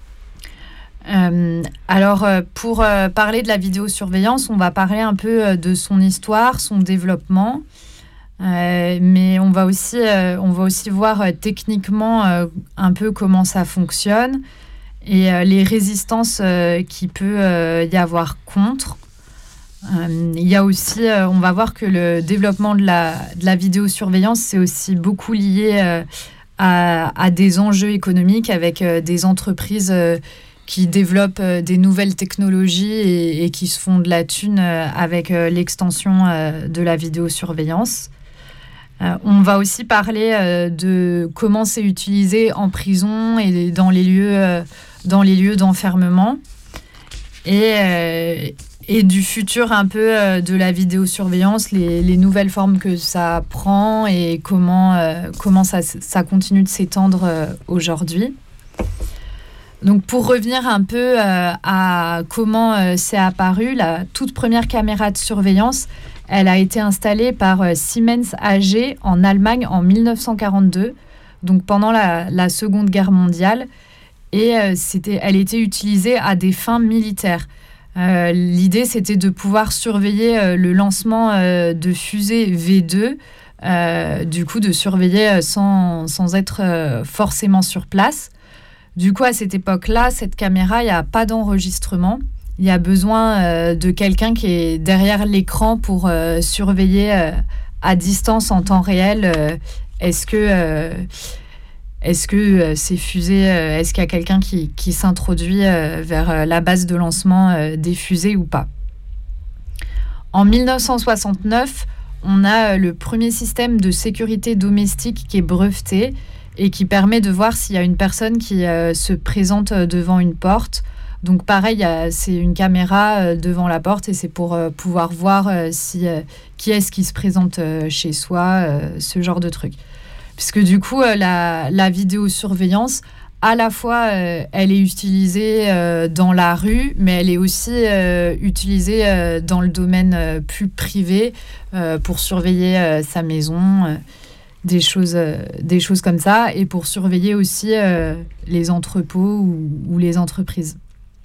Euh, alors, euh, pour euh, parler de la vidéosurveillance, on va parler un peu euh, de son histoire, son développement. Euh, mais on va aussi, euh, on va aussi voir euh, techniquement euh, un peu comment ça fonctionne et euh, les résistances euh, qu'il peut euh, y avoir contre. Euh, il y a aussi, euh, on va voir que le développement de la, de la vidéosurveillance, c'est aussi beaucoup lié euh, à, à des enjeux économiques avec euh, des entreprises euh, qui développent euh, des nouvelles technologies et, et qui se font de la thune euh, avec euh, l'extension euh, de la vidéosurveillance. Euh, on va aussi parler euh, de comment c'est utilisé en prison et dans les lieux, euh, dans les lieux d'enfermement et, euh, et du futur un peu euh, de la vidéosurveillance, les, les nouvelles formes que ça prend et comment, euh, comment ça, ça continue de s'étendre euh, aujourd'hui. Donc pour revenir un peu euh, à comment euh, c'est apparu, la toute première caméra de surveillance, elle a été installée par euh, Siemens A G en Allemagne en dix-neuf cent quarante-deux, donc pendant la, la Seconde Guerre mondiale, et euh, c'était, elle était utilisée à des fins militaires. Euh, l'idée, c'était de pouvoir surveiller euh, le lancement euh, de fusées V deux, euh, du coup de surveiller sans, sans être euh, forcément sur place. Du coup, à cette époque-là, cette caméra, il n'y a pas d'enregistrement. Il y a besoin euh, de quelqu'un qui est derrière l'écran pour euh, surveiller euh, à distance en temps réel euh, est-ce que, euh, est-ce que euh, ces fusées, euh, est-ce qu'il y a quelqu'un qui, qui s'introduit euh, vers euh, la base de lancement euh, des fusées ou pas. En dix-neuf cent soixante-neuf, on a euh, le premier système de sécurité domestique qui est breveté et qui permet de voir s'il y a une personne qui euh, se présente devant une porte. Donc pareil, c'est une caméra euh, devant la porte et c'est pour euh, pouvoir voir euh, si, euh, qui est-ce qui se présente euh, chez soi, euh, ce genre de truc. Puisque du coup, euh, la, la vidéosurveillance, à la fois, euh, elle est utilisée euh, dans la rue, mais elle est aussi euh, utilisée euh, dans le domaine euh, plus privé euh, pour surveiller euh, sa maison, euh, des choses, euh, des choses comme ça, et pour surveiller aussi euh, les entrepôts ou, ou les entreprises.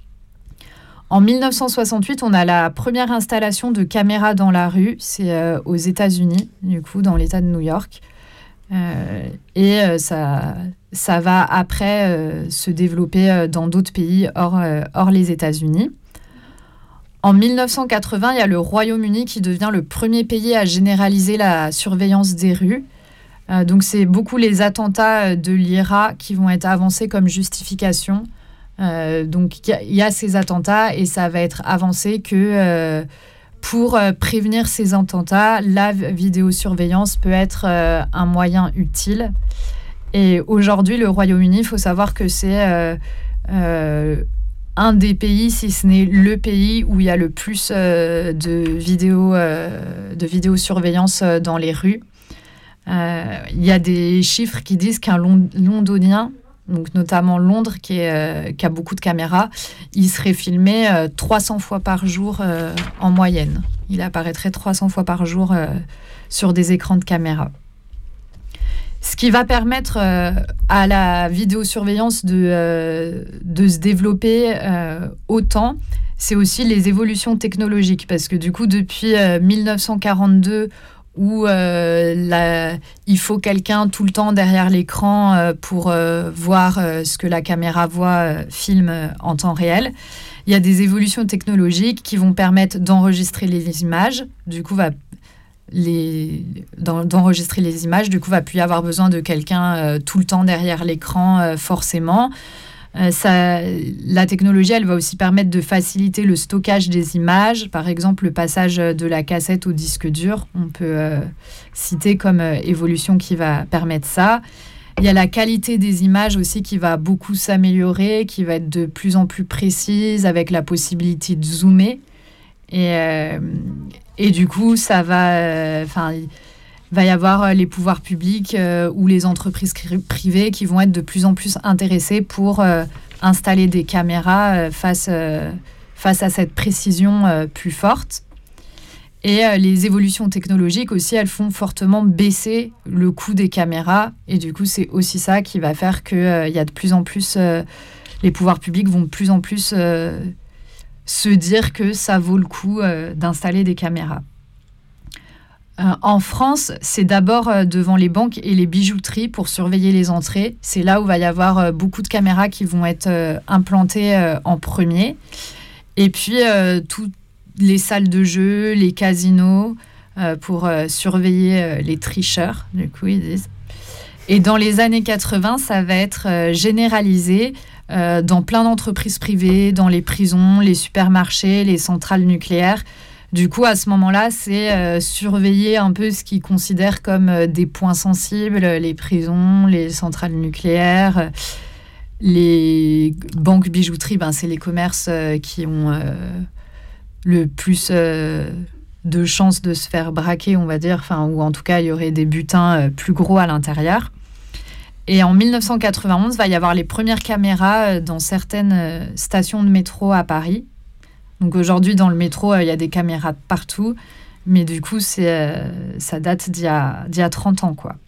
En dix-neuf cent soixante-huit, on a la première installation de caméras dans la rue, c'est euh, aux États-Unis, du coup, dans l'État de New York. Euh, et euh, ça, ça va après euh, se développer euh, dans d'autres pays hors, euh, hors les États-Unis. En dix-neuf cent quatre-vingts, il y a le Royaume-Uni qui devient le premier pays à généraliser la surveillance des rues. Euh, donc c'est beaucoup les attentats de l'I R A qui vont être avancés comme justification. Euh, donc il y, y a ces attentats et ça va être avancé que euh, pour euh, prévenir ces attentats, la vidéosurveillance peut être euh, un moyen utile. Et aujourd'hui, le Royaume-Uni, il faut savoir que c'est euh, euh, un des pays, si ce n'est le pays où il y a le plus euh, de, vidéo, euh, de vidéosurveillance euh, dans les rues. Euh, il y a des chiffres qui disent qu'un Lond- Londonien, donc notamment Londres, qui, est, euh, qui a beaucoup de caméras, il serait filmé euh, trois cents fois par jour euh, en moyenne. Il apparaîtrait trois cents fois par jour euh, sur des écrans de caméra. Ce qui va permettre euh, à la vidéosurveillance de, euh, de se développer euh, autant, c'est aussi les évolutions technologiques. Parce que du coup, depuis euh, dix-neuf cent quarante-deux, où euh, la, il faut quelqu'un tout le temps derrière l'écran euh, pour euh, voir euh, ce que la caméra voit, euh, filme euh, en temps réel. Il y a des évolutions technologiques qui vont permettre d'enregistrer les images. Du coup, va, les, d'en, d'enregistrer les images. Du coup, va plus y avoir besoin de quelqu'un euh, tout le temps derrière l'écran, euh, forcément. Euh, ça, la technologie, elle va aussi permettre de faciliter le stockage des images. Par exemple, le passage de la cassette au disque dur, on peut euh, citer comme euh, évolution qui va permettre ça. Il y a la qualité des images aussi qui va beaucoup s'améliorer, qui va être de plus en plus précise avec la possibilité de zoomer. Et, euh, et du coup, ça va... Enfin, euh, il va y avoir les pouvoirs publics euh, ou les entreprises privées qui vont être de plus en plus intéressées pour euh, installer des caméras euh, face, euh, face à cette précision euh, plus forte. Et euh, les évolutions technologiques aussi, elles font fortement baisser le coût des caméras. Et du coup, c'est aussi ça qui va faire qu'il euh, y a de plus en plus... Euh, les pouvoirs publics vont de plus en plus euh, se dire que ça vaut le coup euh, d'installer des caméras. Euh, en France, c'est d'abord euh, devant les banques et les bijouteries pour surveiller les entrées. C'est là où il va y avoir euh, beaucoup de caméras qui vont être euh, implantées euh, en premier. Et puis, euh, toutes les salles de jeu, les casinos, euh, pour euh, surveiller euh, les tricheurs, du coup, ils disent. Et dans les années quatre-vingts, ça va être euh, généralisé euh, dans plein d'entreprises privées, dans les prisons, les supermarchés, les centrales nucléaires. Du coup, à ce moment-là, c'est euh, surveiller un peu ce qu'ils considèrent comme euh, des points sensibles, les prisons, les centrales nucléaires, les banques bijouteries, ben, c'est les commerces euh, qui ont euh, le plus euh, de chances de se faire braquer, on va dire, enfin, ou en tout cas, il y aurait des butins euh, plus gros à l'intérieur. Et en dix-neuf cent quatre-vingt-onze, il va y avoir les premières caméras euh, dans certaines euh, stations de métro à Paris. Donc aujourd'hui, dans le métro, il euh, y a des caméras partout. Mais du coup, c'est, euh, ça date d'il y a, d'il y a trente ans, quoi.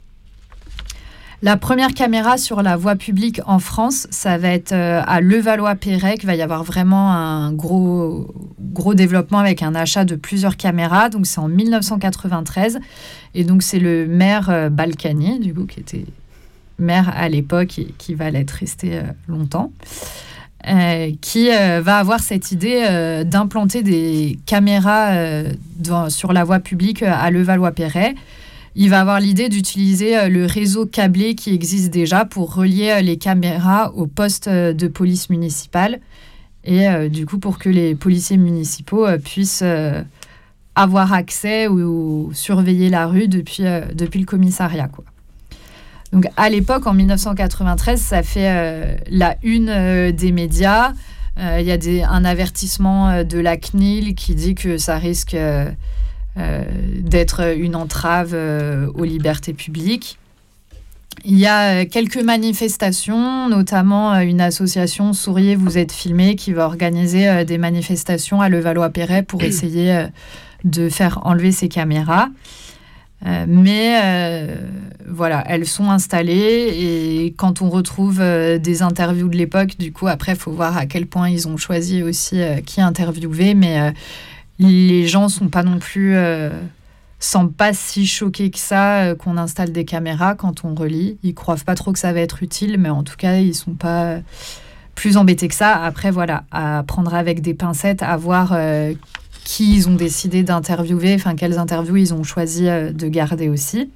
La première caméra sur la voie publique en France, ça va être euh, à Levallois-Perret, qu'il va y avoir vraiment un gros, gros développement avec un achat de plusieurs caméras. Donc c'est en dix-neuf cent quatre-vingt-treize. Et donc c'est le maire euh, Balkany, du coup, qui était maire à l'époque et qui va l'être resté euh, longtemps. Euh, qui euh, va avoir cette idée euh, d'implanter des caméras euh, dans, sur la voie publique euh, à Levallois-Perret. il va avoir l'idée d'utiliser euh, le réseau câblé qui existe déjà pour relier euh, les caméras au poste euh, de police municipale. Et euh, du coup, pour que les policiers municipaux euh, puissent euh, avoir accès ou, ou surveiller la rue depuis, euh, depuis le commissariat, quoi. Donc, à l'époque, en dix-neuf cent quatre-vingt-treize, ça fait euh, la une euh, des médias. Il euh, y a des, un avertissement euh, de la C N I L qui dit que ça risque euh, euh, d'être une entrave euh, aux libertés publiques. Il y a euh, quelques manifestations, notamment euh, une association Souriez, vous êtes filmés, qui va organiser euh, des manifestations à Levallois-Perret pour essayer euh, de faire enlever ces caméras. Euh, mais euh, voilà, elles sont installées et quand on retrouve euh, des interviews de l'époque, du coup, après, il faut voir à quel point ils ont choisi aussi euh, qui interviewer, mais euh, les gens ne sont pas non plus, euh, semblent pas si choqués que ça euh, qu'on installe des caméras quand on relit. Ils ne croient pas trop que ça va être utile, mais en tout cas, ils ne sont pas plus embêtés que ça. Après, voilà, à prendre avec des pincettes, à voir... Euh, qui ils ont décidé d'interviewer, enfin quelles interviews ils ont choisi euh, de garder aussi.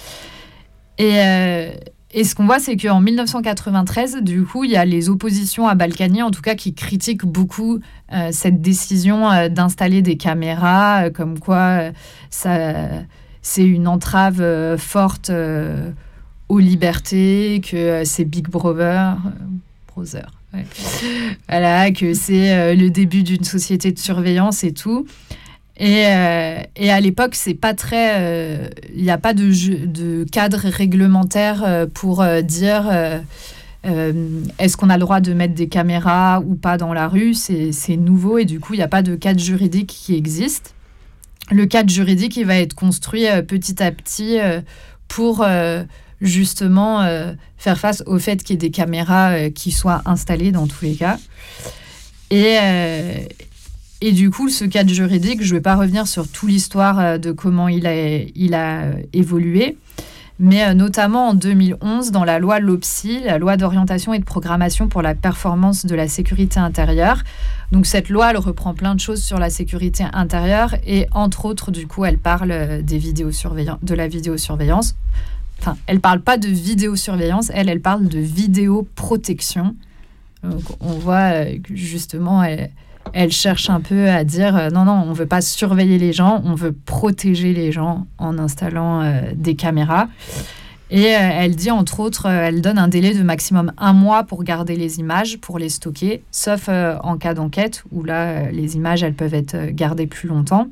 Et, euh, et ce qu'on voit, c'est qu'en dix-neuf cent quatre-vingt-treize, du coup, il y a les oppositions à Balkany, en tout cas, qui critiquent beaucoup euh, cette décision euh, d'installer des caméras, euh, comme quoi euh, ça, c'est une entrave euh, forte euh, aux libertés, que euh, c'est Big Brother... Euh, Brother. Ouais. Voilà, que c'est euh, le début d'une société de surveillance et tout. Et, euh, et à l'époque, c'est pas très... Il euh, n'y a pas de, jeu, de cadre réglementaire euh, pour euh, dire euh, euh, est-ce qu'on a le droit de mettre des caméras ou pas dans la rue. C'est, c'est nouveau et du coup, il n'y a pas de cadre juridique qui existe. Le cadre juridique, il va être construit euh, petit à petit euh, pour... Euh, justement euh, faire face au fait qu'il y ait des caméras euh, qui soient installées dans tous les cas. Et, euh, et du coup, ce cadre juridique, je ne vais pas revenir sur toute l'histoire euh, de comment il a, il a euh, évolué, mais euh, notamment en deux mille onze, dans la loi LOPSI, la loi d'orientation et de programmation pour la performance de la sécurité intérieure. Donc cette loi, elle reprend plein de choses sur la sécurité intérieure et entre autres, du coup, elle parle des vidéosurveillan- de la vidéosurveillance. Enfin, elle ne parle pas de vidéosurveillance, elle, elle parle de vidéoprotection. Donc, on voit euh, que justement, elle, elle cherche un peu à dire euh, non, non, on ne veut pas surveiller les gens, on veut protéger les gens en installant euh, des caméras. Et euh, elle dit, entre autres, euh, elle donne un délai de maximum un mois pour garder les images, pour les stocker, sauf euh, en cas d'enquête, où là, euh, les images, elles peuvent être gardées plus longtemps.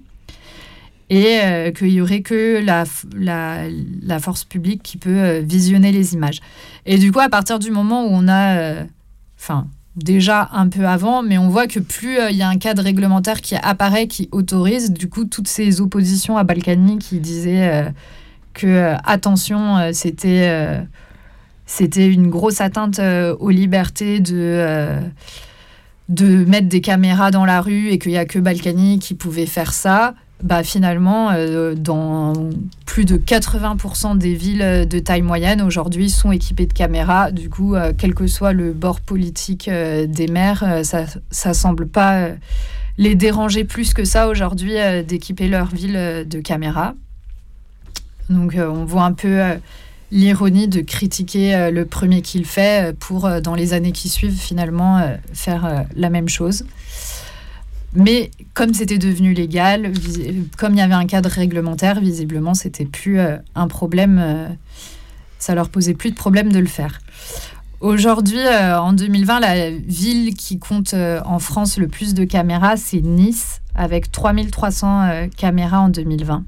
Et euh, qu'il n'y aurait que la, la, la force publique qui peut euh, visionner les images. Et du coup, à partir du moment où on a, enfin, euh, déjà un peu avant, mais on voit que plus il euh, y a un cadre réglementaire qui apparaît, qui autorise, du coup, toutes ces oppositions à Balkany qui disaient euh, que, euh, attention, euh, c'était, euh, c'était une grosse atteinte euh, aux libertés de... Euh, de mettre des caméras dans la rue et qu'il n'y a que Balkany qui pouvait faire ça, bah finalement, euh, dans plus de quatre-vingts pour cent des villes de taille moyenne, aujourd'hui, sont équipées de caméras. Du coup, euh, quel que soit le bord politique euh, des maires, euh, ça ne semble pas euh, les déranger plus que ça aujourd'hui euh, d'équiper leur ville euh, de caméras. Donc, euh, on voit un peu euh, l'ironie de critiquer euh, le premier qui le fait pour, euh, dans les années qui suivent, finalement, euh, faire euh, la même chose. Mais comme c'était devenu légal, vis- comme il y avait un cadre réglementaire, visiblement, c'était plus euh, un problème. Euh, ça leur posait plus de problème de le faire. Aujourd'hui, euh, en deux mille vingt, la ville qui compte euh, en France le plus de caméras, c'est Nice, avec trois mille trois cents euh, caméras en deux mille vingt.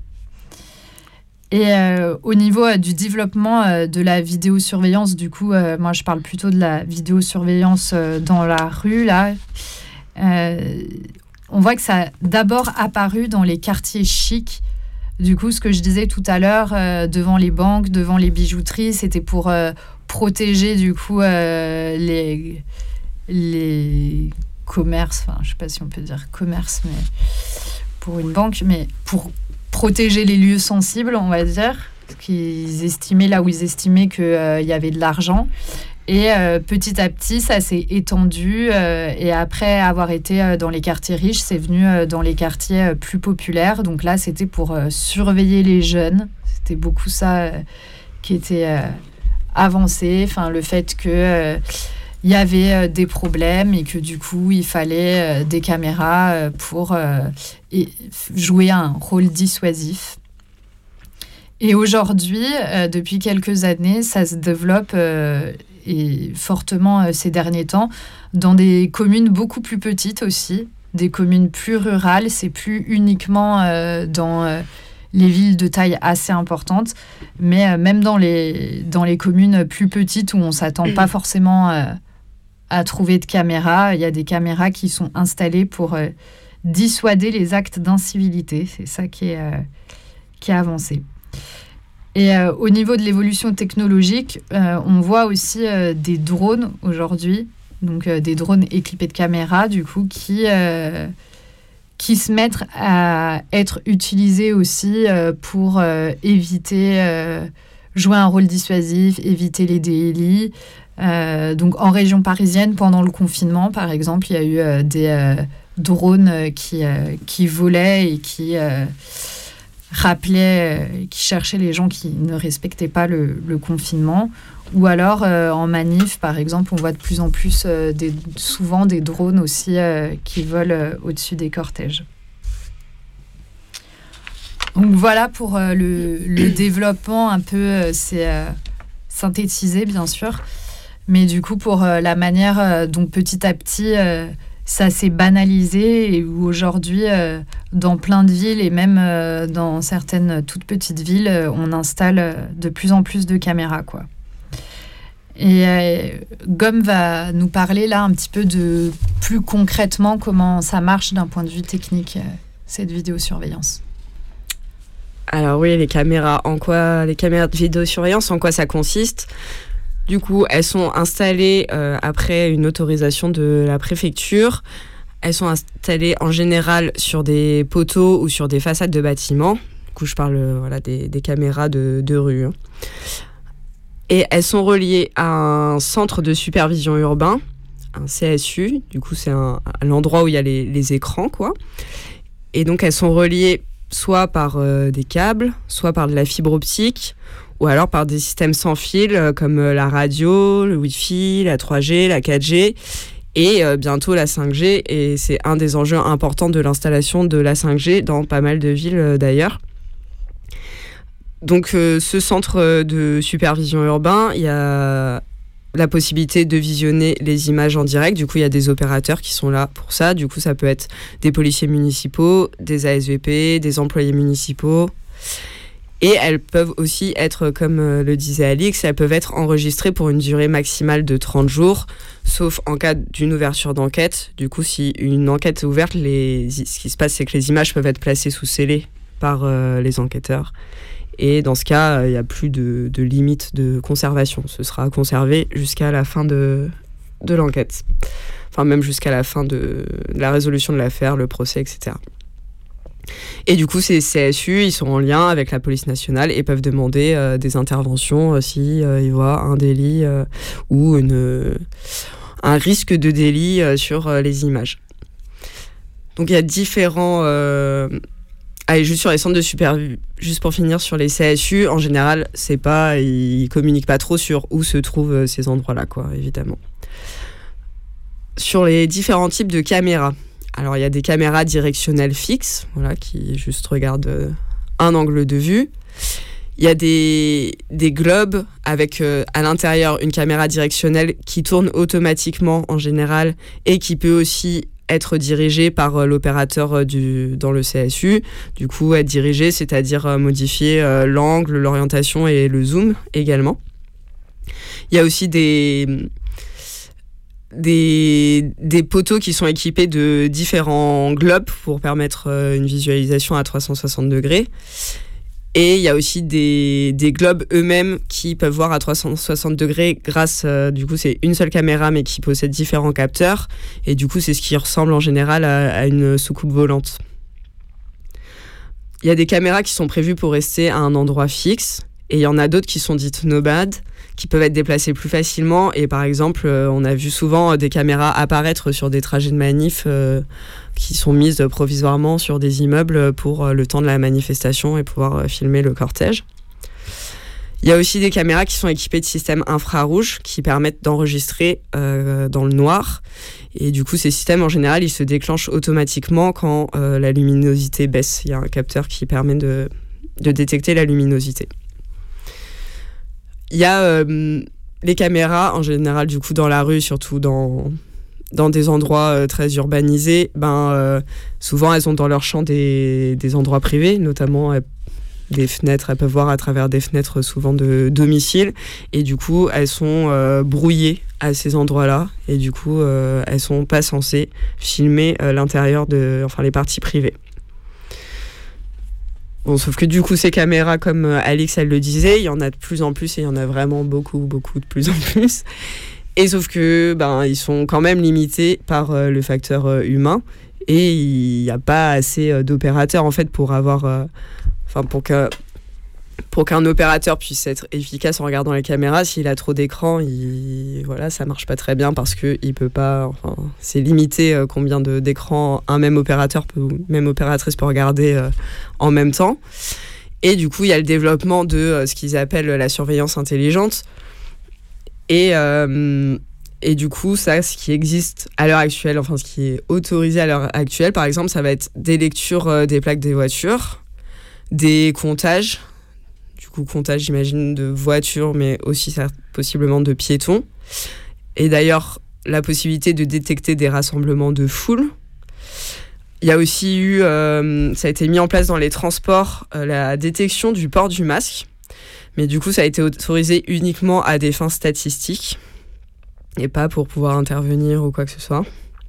Et euh, au niveau euh, du développement euh, de la vidéosurveillance, du coup, euh, moi je parle plutôt de la vidéosurveillance euh, dans la rue, là. Euh, on voit que ça a d'abord apparu dans les quartiers chics. Du coup, ce que je disais tout à l'heure, euh, devant les banques, devant les bijouteries, c'était pour euh, protéger du coup euh, les, les commerces, enfin je ne sais pas si on peut dire commerce, mais pour une banque, mais pour protéger les lieux sensibles, on va dire, qu'ils estimaient là où ils estimaient qu'il euh, y avait de l'argent. Et euh, petit à petit, ça s'est étendu. Euh, et après avoir été euh, dans les quartiers riches, c'est venu euh, dans les quartiers euh, plus populaires. Donc là, c'était pour euh, surveiller les jeunes. C'était beaucoup ça euh, qui était euh, avancé. Enfin, le fait que euh, y avait euh, des problèmes et que du coup, il fallait euh, des caméras euh, pour euh, et jouer un rôle dissuasif. Et aujourd'hui, euh, depuis quelques années, ça se développe... Euh, et fortement euh, ces derniers temps, dans des communes beaucoup plus petites aussi, des communes plus rurales. C'est plus uniquement euh, dans euh, les villes de taille assez importante, mais euh, même dans les, dans les communes plus petites où on ne s'attend pas forcément euh, à trouver de caméras, il y a des caméras qui sont installées pour euh, dissuader les actes d'incivilité. C'est ça qui est, euh, qui est avancé. Et euh, au niveau de l'évolution technologique, euh, on voit aussi euh, des drones aujourd'hui, donc euh, des drones équipés de caméras, du coup, qui, euh, qui se mettent à être utilisés aussi euh, pour euh, éviter, euh, jouer un rôle dissuasif, éviter les délits. Euh, donc en région parisienne, pendant le confinement, par exemple, il y a eu euh, des euh, drones qui, euh, qui volaient et qui... Euh, rappelait, euh, qui cherchait les gens qui ne respectaient pas le, le confinement. Ou alors, euh, en manif, par exemple, on voit de plus en plus, euh, des, souvent des drones aussi euh, qui volent euh, au-dessus des cortèges. Donc voilà pour euh, le, le développement un peu, euh, c'est euh, synthétisé bien sûr, mais du coup pour euh, la manière euh, dont petit à petit... Euh, ça s'est banalisé et où aujourd'hui, euh, dans plein de villes et même euh, dans certaines toutes petites villes, euh, on installe euh, de plus en plus de caméras, quoi. Et euh, Gom va nous parler là un petit peu de plus concrètement comment ça marche d'un point de vue technique, euh, cette vidéosurveillance. Alors oui, les caméras, en quoi les caméras de vidéosurveillance, en quoi ça consiste ? Du coup, elles sont installées euh, après une autorisation de la préfecture. Elles sont installées en général sur des poteaux ou sur des façades de bâtiments. Du coup, je parle euh, voilà, des, des caméras de, de rue. Hein. Et elles sont reliées à un centre de supervision urbain, un C S U. Du coup, c'est un, l'endroit où il y a les, les écrans, quoi. Et donc, elles sont reliées soit par euh, des câbles, soit par de la fibre optique, ou alors par des systèmes sans fil euh, comme euh, la radio, le Wi-Fi, la trois G, la quatre G et euh, bientôt la cinq G. Et c'est un des enjeux importants de l'installation de la cinq G dans pas mal de villes euh, d'ailleurs. Donc euh, ce centre de supervision urbain, il y a la possibilité de visionner les images en direct. Du coup, il y a des opérateurs qui sont là pour ça. Du coup, ça peut être des policiers municipaux, des A S V P, des employés municipaux. Et elles peuvent aussi être, comme le disait Alix, elles peuvent être enregistrées pour une durée maximale de trente jours, sauf en cas d'une ouverture d'enquête. Du coup, si une enquête est ouverte, les... ce qui se passe, c'est que les images peuvent être placées sous scellé par euh, les enquêteurs. Et dans ce cas, il n'y a plus de, de limite de conservation. Ce sera conservé jusqu'à la fin de, de l'enquête. Enfin, même jusqu'à la fin de, de la résolution de l'affaire, le procès, et cetera. Et du coup, ces C S U, ils sont en lien avec la police nationale et peuvent demander euh, des interventions euh, si euh, ils voient un délit euh, ou une, euh, un risque de délit euh, sur euh, les images. Donc il y a différents... Euh... Allez, juste sur les centres de supervision, juste pour finir sur les C S U, en général, c'est pas, ils communiquent pas trop sur où se trouvent euh, ces endroits-là, quoi, évidemment. Sur les différents types de caméras. Alors, il y a des caméras directionnelles fixes, voilà, qui juste regardent euh, un angle de vue. Il y a des, des globes avec euh, à l'intérieur une caméra directionnelle qui tourne automatiquement en général et qui peut aussi être dirigée par euh, l'opérateur euh, du, dans le C S U. Du coup, être dirigée, c'est-à-dire euh, modifier euh, l'angle, l'orientation et le zoom également. Il y a aussi des... Des, des poteaux qui sont équipés de différents globes pour permettre euh, une visualisation à trois cent soixante degrés. Et il y a aussi des, des globes eux-mêmes qui peuvent voir à trois cent soixante degrés grâce, euh, du coup, c'est une seule caméra mais qui possède différents capteurs. Et du coup, c'est ce qui ressemble en général à, à une soucoupe volante. Il y a des caméras qui sont prévues pour rester à un endroit fixe. Et il y en a d'autres qui sont dites nomades, qui peuvent être déplacées plus facilement. Et par exemple, euh, on a vu souvent euh, des caméras apparaître sur des trajets de manif euh, qui sont mises provisoirement sur des immeubles pour euh, le temps de la manifestation et pouvoir euh, filmer le cortège. Il y a aussi des caméras qui sont équipées de systèmes infrarouges qui permettent d'enregistrer euh, dans le noir. Et du coup, ces systèmes, en général, ils se déclenchent automatiquement quand euh, la luminosité baisse. Il y a un capteur qui permet de, de détecter la luminosité. Il y a euh, les caméras, en général, du coup, dans la rue, surtout dans, dans des endroits euh, très urbanisés. Ben, euh, souvent, elles ont dans leur champ des, des endroits privés, notamment... Elles, des fenêtres, elles peuvent voir à travers des fenêtres souvent de domicile et du coup elles sont euh, brouillées à ces endroits-là et du coup euh, elles sont pas censées filmer euh, l'intérieur de, enfin les parties privées. Bon, sauf que du coup ces caméras, comme euh, Alix elle le disait, il y en a de plus en plus et il y en a vraiment beaucoup, beaucoup de plus en plus. Et sauf que ben ils sont quand même limités par euh, le facteur euh, humain et il n'y a pas assez euh, d'opérateurs en fait pour avoir euh, Enfin, pour, que, pour qu'un opérateur puisse être efficace en regardant les caméras, s'il a trop d'écran, il, voilà, ça marche pas très bien parce que il peut pas. Enfin, c'est limité euh, combien de, d'écrans un même opérateur peut, ou même opératrice peut regarder euh, en même temps. Et du coup, il y a le développement de euh, ce qu'ils appellent la surveillance intelligente. Et euh, Et du coup, ça, ce qui existe à l'heure actuelle, enfin ce qui est autorisé à l'heure actuelle, par exemple, ça va être des lectures euh, des plaques des voitures, des comptages, du coup comptage j'imagine de voitures mais aussi ça, possiblement de piétons, et d'ailleurs la possibilité de détecter des rassemblements de foule. Il y a aussi eu, euh, ça a été mis en place dans les transports, euh, la détection du port du masque, mais du coup ça a été autorisé uniquement à des fins statistiques et pas pour pouvoir intervenir ou quoi que ce soit.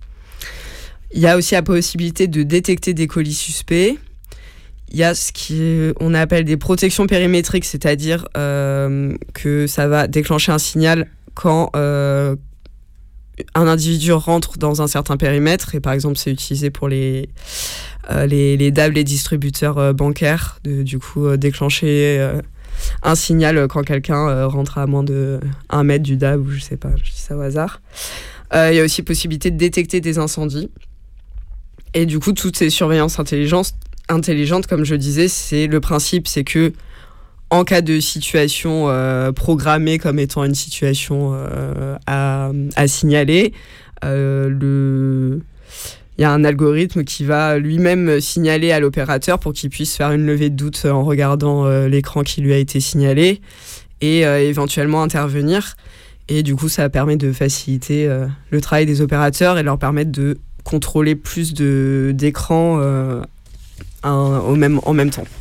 Il y a aussi la possibilité de détecter des colis suspects. Il y a ce qu'on appelle des protections périmétriques, c'est-à-dire euh, que ça va déclencher un signal quand euh, un individu rentre dans un certain périmètre. Et par exemple, c'est utilisé pour les, euh, les, les D A B, les distributeurs euh, bancaires, de du coup euh, déclencher euh, un signal quand quelqu'un euh, rentre à moins de un mètre du D A B, ou je sais pas, je dis ça au hasard. Euh, il y a aussi possibilité de détecter des incendies. Et du coup, toutes ces surveillances intelligentes, intelligente, comme je disais, c'est le principe, c'est que en cas de situation euh, programmée comme étant une situation euh, à, à signaler, euh, le... il y a un algorithme qui va lui-même signaler à l'opérateur pour qu'il puisse faire une levée de doute en regardant euh, l'écran qui lui a été signalé et euh, éventuellement intervenir. Et du coup, ça permet de faciliter euh, le travail des opérateurs et leur permettre de contrôler plus de, d'écrans euh, Un, au même, en même temps.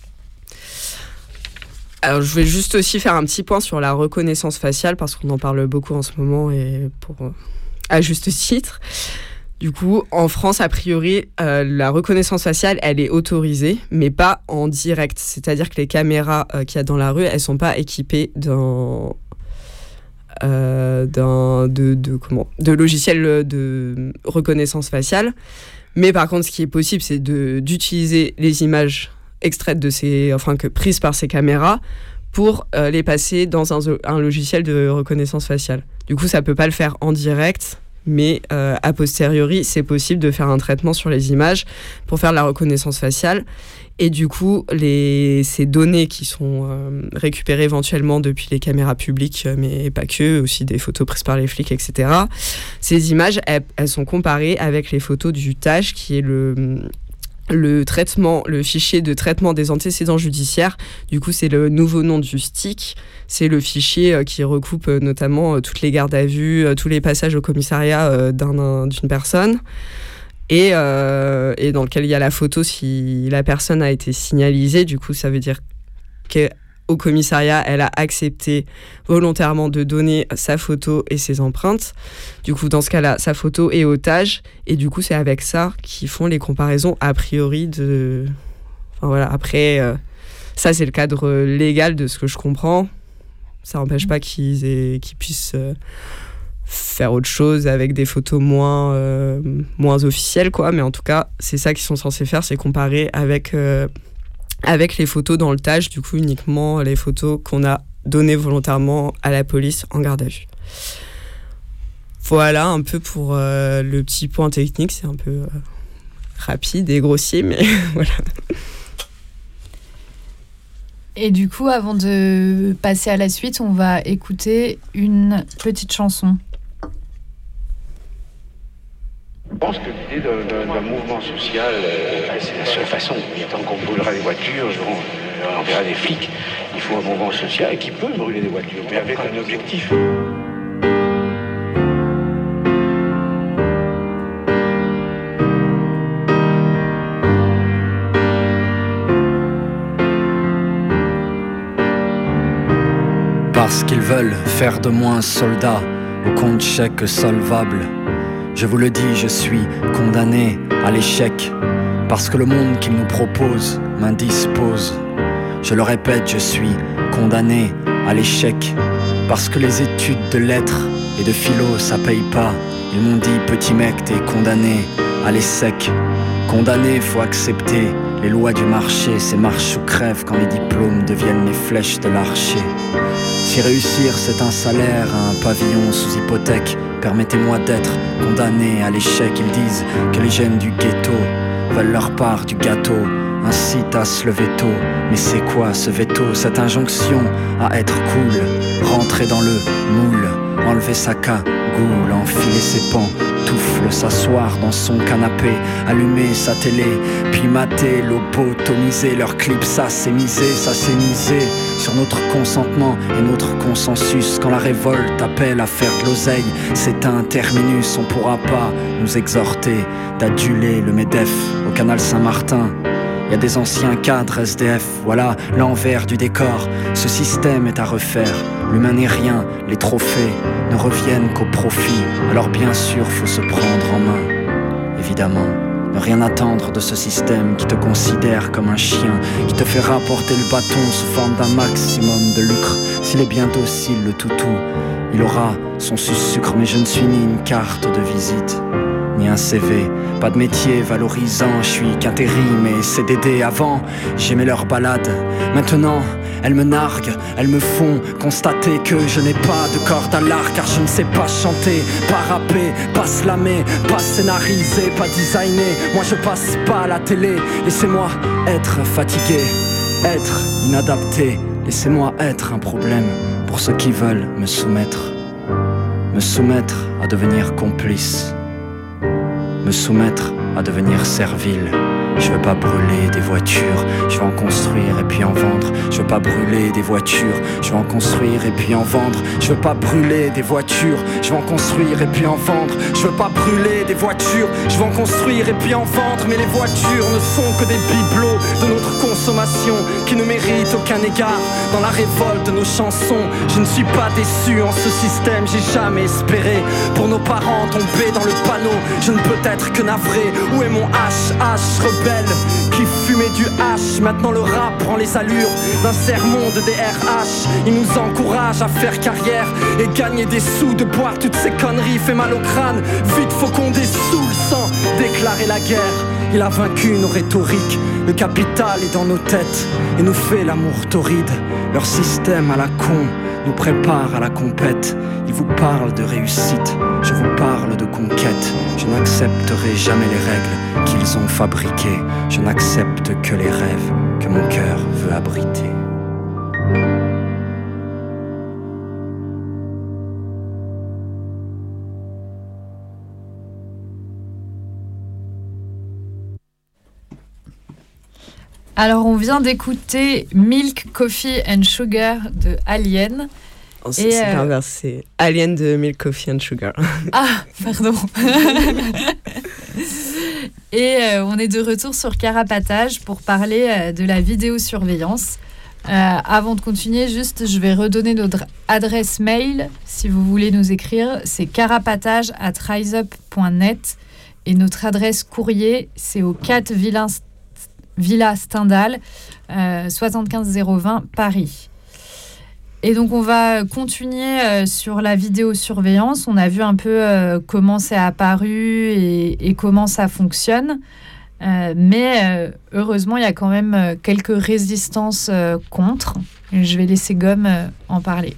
Alors, je vais juste aussi faire un petit point sur la reconnaissance faciale parce qu'on en parle beaucoup en ce moment et pour, à juste titre. Du coup, en France, a priori, euh, la reconnaissance faciale, elle est autorisée, mais pas en direct. C'est-à-dire que les caméras euh, qu'il y a dans la rue, elles sont pas équipées d'un, euh, d'un de, de, comment, de logiciels de reconnaissance faciale. Mais par contre, ce qui est possible, c'est de, d'utiliser les images extraites de ces, enfin, que, prises par ces caméras pour euh, les passer dans un, un logiciel de reconnaissance faciale. Du coup, ça ne peut pas le faire en direct, mais euh, a posteriori, c'est possible de faire un traitement sur les images pour faire de la reconnaissance faciale. Et du coup, les, ces données qui sont euh, récupérées éventuellement depuis les caméras publiques, mais pas que, aussi des photos prises par les flics, et cetera. Ces images, elles, elles sont comparées avec les photos du T A J, qui est le, le, traitement, le fichier de traitement des antécédents judiciaires. Du coup, c'est le nouveau nom du S T I C. C'est le fichier qui recoupe notamment toutes les gardes à vue, tous les passages au commissariat d'un, d'une personne. Et, euh, et dans lequel il y a la photo si la personne a été signalisée. Du coup, ça veut dire qu'au commissariat, elle a accepté volontairement de donner sa photo et ses empreintes. Du coup, dans ce cas-là, sa photo est au T A J. Et du coup, c'est avec ça qu'ils font les comparaisons a priori de... Enfin voilà, après, euh, ça, c'est le cadre légal de ce que je comprends. Ça n'empêche pas qu'ils, aient, qu'ils puissent... Euh, faire autre chose avec des photos moins, euh, moins officielles, quoi. Mais en tout cas, c'est ça qu'ils sont censés faire, c'est comparer avec euh, avec les photos dans le tâche, du coup uniquement les photos qu'on a données volontairement à la police en garde à vue. Voilà un peu pour euh, le petit point technique, c'est un peu euh, rapide et grossier, mais voilà. Et du coup, avant de passer à la suite, on va écouter une petite chanson. Je pense que l'idée d'un, d'un, d'un mouvement social, euh, c'est la seule façon. Tant qu'on brûlera des voitures, on enverra des flics. Il faut un mouvement social qui peut brûler des voitures, mais avec un objectif. Parce qu'ils veulent faire de moi un soldat au compte chèque solvable. Je vous le dis, je suis condamné à l'échec. Parce que le monde qu'ils nous proposent m'indispose. Je le répète, je suis condamné à l'échec. Parce que les études de lettres et de philo, ça paye pas. Ils m'ont dit, petit mec, t'es condamné à l'essec. Condamné, faut accepter les lois du marché. C'est marche ou crève quand les diplômes deviennent les flèches de l'archer. Si réussir c'est un salaire, un pavillon sous hypothèque, permettez-moi d'être condamné à l'échec. Ils disent que les jeunes du ghetto veulent leur part du gâteau, incitent à se lever tôt. Mais c'est quoi ce veto, cette injonction à être cool? Rentrer dans le moule, enlever sa cagoule, enfiler ses pantoufles, s'asseoir dans son canapé, allumer sa télé, puis mater, lobotomiser leur clip. Ça c'est misé, ça c'est misé sur notre consentement et notre consensus. Quand la révolte appelle à faire de l'oseille, c'est un terminus. On pourra pas nous exhorter d'aduler le MEDEF au canal Saint-Martin. Y a des anciens cadres S D F, voilà l'envers du décor. Ce système est à refaire, l'humain n'est rien, les trophées ne reviennent qu'au profit. Alors bien sûr faut se prendre en main, évidemment. Ne rien attendre de ce système qui te considère comme un chien, qui te fait rapporter le bâton sous forme d'un maximum de lucre. S'il est bien docile le toutou, il aura son sucre. Mais je ne suis ni une carte de visite, ni un C V, pas de métier valorisant. Je suis qu'intérim et C D D. Avant, j'aimais leur balade. Maintenant, elles me narguent, elles me font constater que je n'ai pas de corde à l'arc. Car je ne sais pas chanter, pas rapper, pas slammer, pas scénariser, pas designer. Moi je passe pas à la télé. Laissez-moi être fatigué, être inadapté. Laissez-moi être un problème pour ceux qui veulent me soumettre. Me soumettre à devenir complice, me soumettre à devenir servile. Je veux pas brûler des voitures, je veux en construire et puis en vendre. Je veux pas brûler des voitures, je veux en construire et puis en vendre. Je veux pas brûler des voitures, je veux en construire et puis en vendre. Je veux pas brûler des voitures, je veux en construire et puis en vendre. Mais les voitures ne sont que des bibelots de notre consommation qui ne méritent aucun égard. Dans la révolte de nos chansons, je ne suis pas déçu en ce système, j'ai jamais espéré. Pour nos parents tombés dans le panneau, je ne peux être que navré. Où est mon H H rebelle qui fumait du H? Maintenant le rap prend les allures d'un sermon de D R H. Il nous encourage à faire carrière et gagner des sous. De boire toutes ces conneries fait mal au crâne. Vite faut qu'on dessoule sans déclarer la guerre. Il a vaincu nos rhétoriques, le capital est dans nos têtes et nous fait l'amour torride. Leur système à la con nous prépare à la compète. Ils vous parlent de réussite, je vous parle de conquête. Je n'accepterai jamais les règles qu'ils ont fabriquées. Je n'accepte que les rêves que mon cœur veut abriter. Alors, on vient d'écouter Milk, Coffee and Sugar de Alien. Oh, c'est c'est euh... l'inverse, c'est Alien de Milk, Coffee and Sugar. Ah, pardon. Et euh, on est de retour sur Carapatage pour parler euh, de la vidéosurveillance. Euh, avant de continuer, juste, je vais redonner notre adresse mail. Si vous voulez nous écrire, c'est carapatage arobase riseup point net. Et notre adresse courrier, c'est au quatre Villa, Villa Stendhal, euh, soixante-quinze zéro vingt Paris. Et donc, on va continuer euh, sur la vidéosurveillance. On a vu un peu euh, comment c'est apparu et, et comment ça fonctionne. Euh, mais euh, heureusement, il y a quand même euh, quelques résistances euh, contre. Je vais laisser Gomme euh, en parler.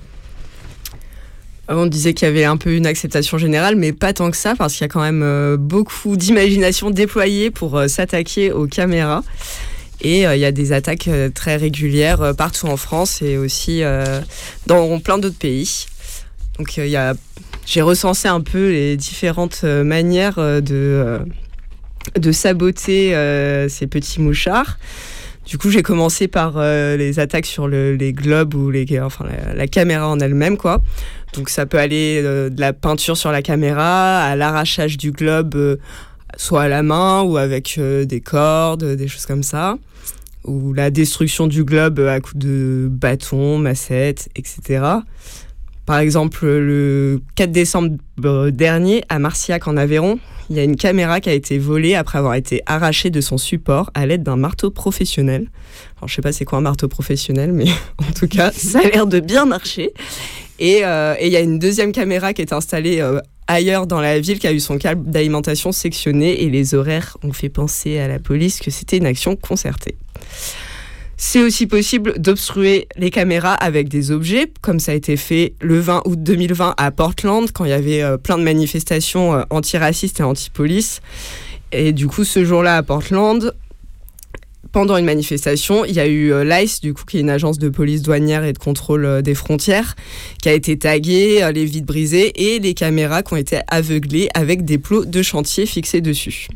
On disait qu'il y avait un peu une acceptation générale, mais pas tant que ça, parce qu'il y a quand même euh, beaucoup d'imagination déployée pour euh, s'attaquer aux caméras. Et euh, il y a des attaques euh, très régulières euh, partout en France et aussi euh, dans plein d'autres pays. Donc euh, y a, j'ai recensé un peu les différentes euh, manières euh, de, euh, de saboter euh, ces petits mouchards. Du coup, j'ai commencé par euh, les attaques sur le, les globes ou les, enfin, la, la caméra en elle-même, quoi. Donc ça peut aller euh, de la peinture sur la caméra à l'arrachage du globe, euh, soit à la main ou avec euh, des cordes, des choses comme ça. Ou la destruction du globe à coups de bâtons, massettes, et cetera. Par exemple, le quatre décembre dernier, à Marcillac en Aveyron, il y a une caméra qui a été volée après avoir été arrachée de son support à l'aide d'un marteau professionnel. Alors, je ne sais pas c'est quoi un marteau professionnel, mais en tout cas, ça a l'air de bien marcher. Et euh, et il y a une deuxième caméra qui est installée euh, ailleurs dans la ville, qui a eu son câble d'alimentation sectionné, et les horaires ont fait penser à la police que c'était une action concertée. C'est aussi possible d'obstruer les caméras avec des objets, comme ça a été fait le vingt août deux mille vingt à Portland, quand il y avait euh, plein de manifestations euh, antiracistes et anti-police. Et du coup, ce jour-là à Portland, pendant une manifestation, il y a eu euh, l'ICE, du coup, qui est une agence de police douanière et de contrôle euh, des frontières, qui a été taguée, euh, les vitres brisées et les caméras qui ont été aveuglées avec des plots de chantier fixés dessus.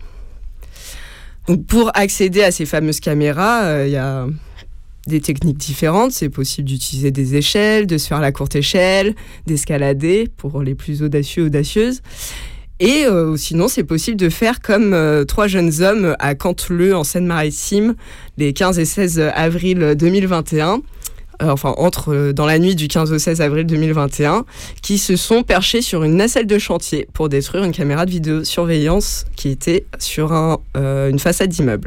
Donc, pour accéder à ces fameuses caméras, il euh, y a des techniques différentes. C'est possible d'utiliser des échelles, de se faire la courte échelle, d'escalader pour les plus audacieux, audacieuses. Et euh, sinon, c'est possible de faire comme euh, trois jeunes hommes à Canteleu, en Seine-Maritime, les quinze et seize avril deux mille vingt et un, euh, enfin entre euh, dans la nuit du quinze au seize avril deux mille vingt et un, qui se sont perchés sur une nacelle de chantier pour détruire une caméra de vidéosurveillance qui était sur un, euh, une façade d'immeuble.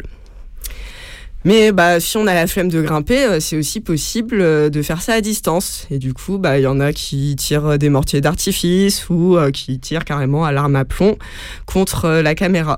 Mais bah, si on a la flemme de grimper, c'est aussi possible de faire ça à distance. Et du coup, bah, y en a qui tirent des mortiers d'artifice ou euh, qui tirent carrément à l'arme à plomb contre euh, la caméra.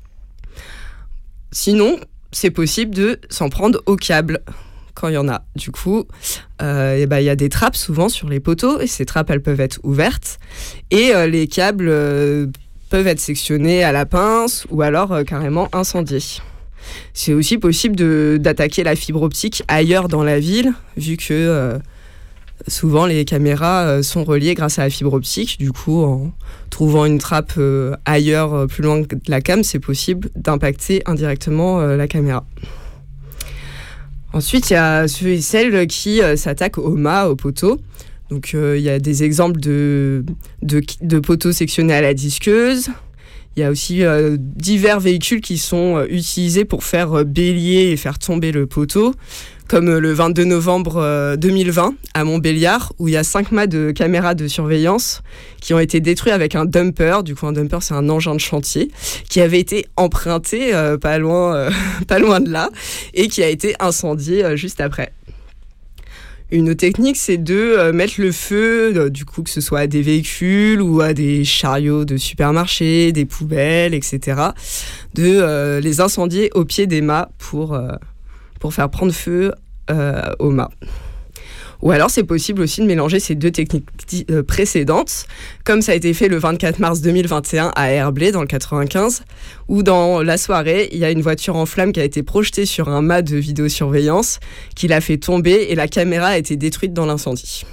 Sinon, c'est possible de s'en prendre au câble quand il y en a. Du coup, euh, et bah, y a des trappes souvent sur les poteaux et ces trappes, elles peuvent être ouvertes. Et euh, les câbles euh, peuvent être sectionnés à la pince ou alors euh, carrément incendiés. C'est aussi possible de, d'attaquer la fibre optique ailleurs dans la ville, vu que euh, souvent les caméras euh, sont reliées grâce à la fibre optique. Du coup, en trouvant une trappe euh, ailleurs, euh, plus loin de la cam, c'est possible d'impacter indirectement euh, la caméra. Ensuite, il y a ceux et celles qui euh, s'attaquent au mât, au poteau. Donc, il euh, y a des exemples de, de, de poteaux sectionnés à la disqueuse. Il y a aussi euh, divers véhicules qui sont euh, utilisés pour faire euh, bélier et faire tomber le poteau, comme euh, le vingt-deux novembre euh, deux mille vingt à Montbéliard, où il y a cinq mâts de caméras de surveillance qui ont été détruits avec un dumper. Du coup, un dumper, c'est un engin de chantier qui avait été emprunté euh, pas loin, euh, pas loin de là et qui a été incendié euh, juste après. Une autre technique, c'est de euh, mettre le feu, euh, du coup, que ce soit à des véhicules ou à des chariots de supermarché, des poubelles, et cetera. De euh, les incendier au pied des mâts pour, euh, pour faire prendre feu euh, aux mâts. Ou alors, c'est possible aussi de mélanger ces deux techniques euh, précédentes, comme ça a été fait le vingt-quatre mars deux mille vingt et un à Herblay, dans le quatre-vingt-quinze, où dans la soirée, il y a une voiture en flammes qui a été projetée sur un mât de vidéosurveillance, qui l'a fait tomber et la caméra a été détruite dans l'incendie.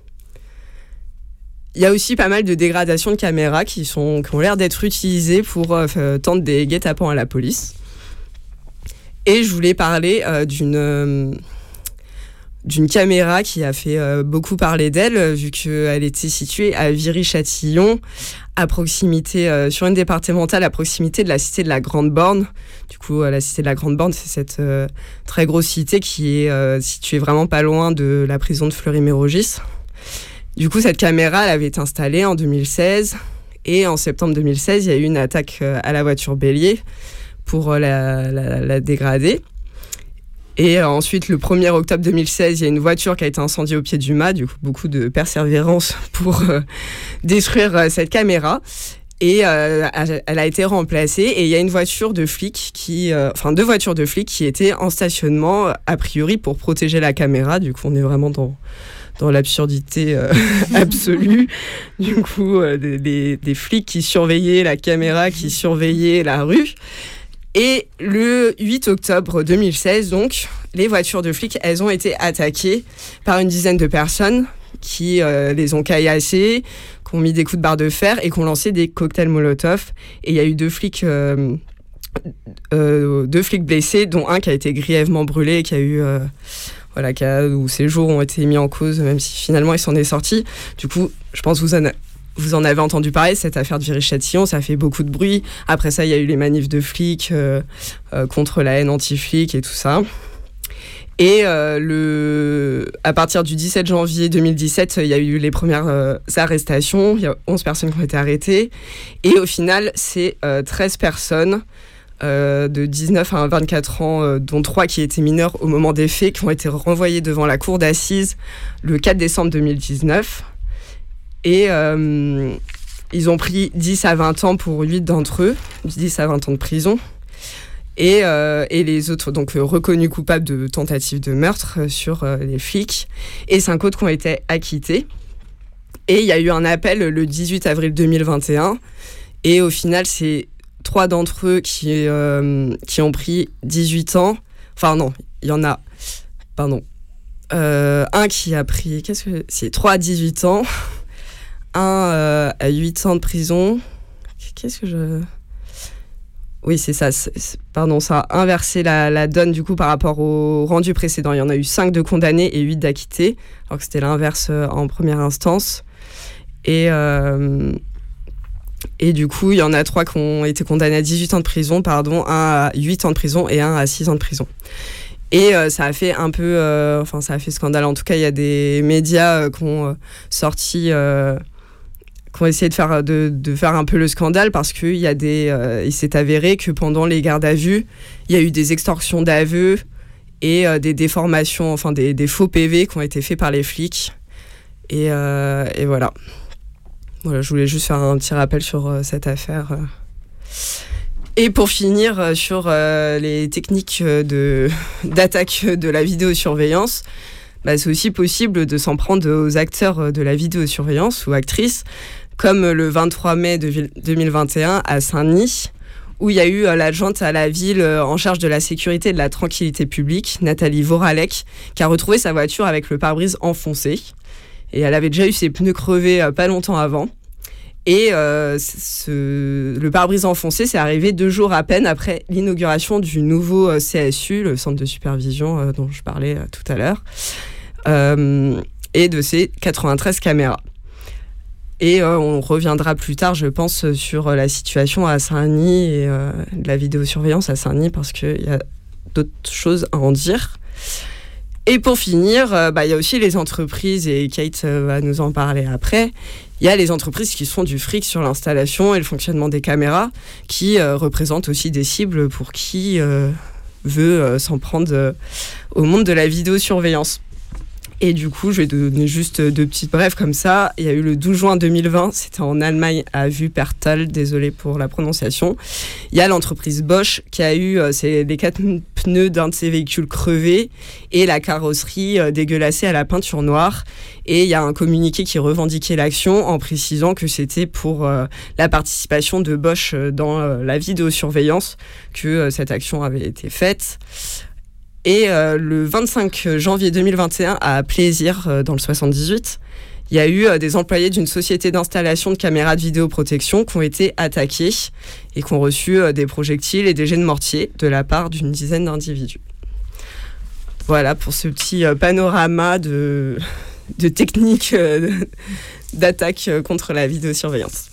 Il y a aussi pas mal de dégradations de caméras qui, sont, qui ont l'air d'être utilisées pour euh, tendre des guet-apens à la police. Et je voulais parler euh, d'une... Euh, d'une caméra qui a fait euh, beaucoup parler d'elle, vu qu'elle était située à Viry-Châtillon, à proximité, euh, sur une départementale, à proximité de la cité de la Grande Borne. Du coup, euh, la cité de la Grande Borne, c'est cette euh, très grosse cité qui est euh, située vraiment pas loin de la prison de Fleury-Mérogis. Du coup, cette caméra, elle avait été installée en deux mille seize, et en septembre deux mille seize, il y a eu une attaque euh, à la voiture bélier pour euh, la, la, la dégrader. Et euh, ensuite, le premier octobre deux mille seize, il y a une voiture qui a été incendiée au pied du mât. Du coup, beaucoup de persévérance pour euh, détruire euh, cette caméra. Et euh, elle a été remplacée. Et il y a une voiture de flic, qui, euh, enfin deux voitures de flics qui étaient en stationnement, a priori pour protéger la caméra. Du coup, on est vraiment dans, dans l'absurdité euh, absolue. Du coup, euh, des, des, des flics qui surveillaient la caméra, qui surveillaient la rue. Et le huit octobre deux mille seize, donc, les voitures de flics, elles ont été attaquées par une dizaine de personnes qui euh, les ont caillassées, qui ont mis des coups de barre de fer et qui ont lancé des cocktails Molotov. Et il y a eu deux flics, euh, euh, deux flics blessés, dont un qui a été grièvement brûlé, qui a eu, euh, voilà, qui a, où ses jours ont été mis en cause, même si finalement il s'en est sorti. Du coup, je pense que vous en, vous en avez entendu parler, cette affaire de Viry-Châtillon, ça a fait beaucoup de bruit. Après ça, il y a eu les manifs de flics euh, euh, contre la haine anti-flic et tout ça. Et euh, le... à partir du dix-sept janvier deux mille dix-sept, il y a eu les premières euh, arrestations. Il y a onze personnes qui ont été arrêtées. Et au final, c'est euh, treize personnes euh, de dix-neuf à vingt-quatre ans, euh, dont trois qui étaient mineurs au moment des faits, qui ont été renvoyés devant la cour d'assises le quatre décembre deux mille dix-neuf. Et euh, ils ont pris dix à vingt ans pour huit d'entre eux, dix à vingt ans de prison. Et, euh, et les autres, donc euh, reconnus coupables de tentative de meurtre euh, sur euh, les flics. Et cinq autres qui ont été acquittés. Et il y a eu un appel le dix-huit avril deux mille vingt et un. Et au final, c'est trois d'entre eux qui, euh, qui ont pris dix-huit ans. Enfin non, il y en a... Pardon. Euh, un qui a pris... Qu'est-ce que... C'est trois à dix-huit ans. Un euh, à huit ans de prison. Qu'est-ce que je... Oui, c'est ça. C'est, c'est, pardon, ça a inversé la, la donne du coup par rapport au rendu précédent. Il y en a eu cinq de condamnés et huit d'acquittés, alors que c'était l'inverse euh, en première instance. Et, euh, et du coup, il y en a trois qui ont été condamnés à dix-huit ans de prison, pardon, un à huit ans de prison et un à six ans de prison. Et euh, ça a fait un peu... Euh, enfin, ça a fait scandale. En tout cas, il y a des médias euh, qui ont euh, sorti... Euh, qui ont essayé de faire, de, de faire un peu le scandale parce qu'il y a des, euh, il s'est avéré que pendant les gardes à vue, il y a eu des extorsions d'aveux et euh, des déformations, enfin des, des faux P V qui ont été faits par les flics. Et, euh, et voilà. Voilà, je voulais juste faire un petit rappel sur euh, cette affaire. Et pour finir, euh, sur euh, les techniques de, d'attaque de la vidéosurveillance, bah, c'est aussi possible de s'en prendre aux acteurs de la vidéosurveillance ou actrices, comme le vingt-trois mai deux mille vingt et un à Saint-Denis, où il y a eu l'adjointe à la ville en charge de la sécurité et de la tranquillité publique, Nathalie Voralek, qui a retrouvé sa voiture avec le pare-brise enfoncé. Et elle avait déjà eu ses pneus crevés pas longtemps avant. Et euh, ce, le pare-brise enfoncé, c'est arrivé deux jours à peine après l'inauguration du nouveau C S U, le centre de supervision euh, dont je parlais euh, tout à l'heure, euh, et de ses quatre-vingt-treize caméras. Et euh, on reviendra plus tard, je pense, sur la situation à Saint-Denis et euh, de la vidéosurveillance à Saint-Denis, parce qu'il y a d'autres choses à en dire. Et pour finir, euh, bah, y a aussi les entreprises, et Kate euh, va nous en parler après. Il y a les entreprises qui se font du fric sur l'installation et le fonctionnement des caméras, qui euh, représentent aussi des cibles pour qui euh, veut euh, s'en prendre euh, au monde de la vidéosurveillance. Et du coup, je vais donner juste deux petites brèves comme ça. Il y a eu le douze juin deux mille vingt, c'était en Allemagne, à Wuppertal, désolé pour la prononciation. Il y a l'entreprise Bosch qui a eu euh, c'est les quatre pneus d'un de ses véhicules crevés et la carrosserie euh, dégueulassée à la peinture noire. Et il y a un communiqué qui revendiquait l'action en précisant que c'était pour euh, la participation de Bosch dans euh, la vidéosurveillance que euh, cette action avait été faite. Et euh, le vingt-cinq janvier deux mille vingt et un, à Plaisir, euh, dans le soixante-dix-huit, il y a eu euh, des employés d'une société d'installation de caméras de vidéoprotection qui ont été attaqués et qui ont reçu euh, des projectiles et des jets de mortier de la part d'une dizaine d'individus. Voilà pour ce petit euh, panorama de, de techniques euh, d'attaque euh, contre la vidéosurveillance.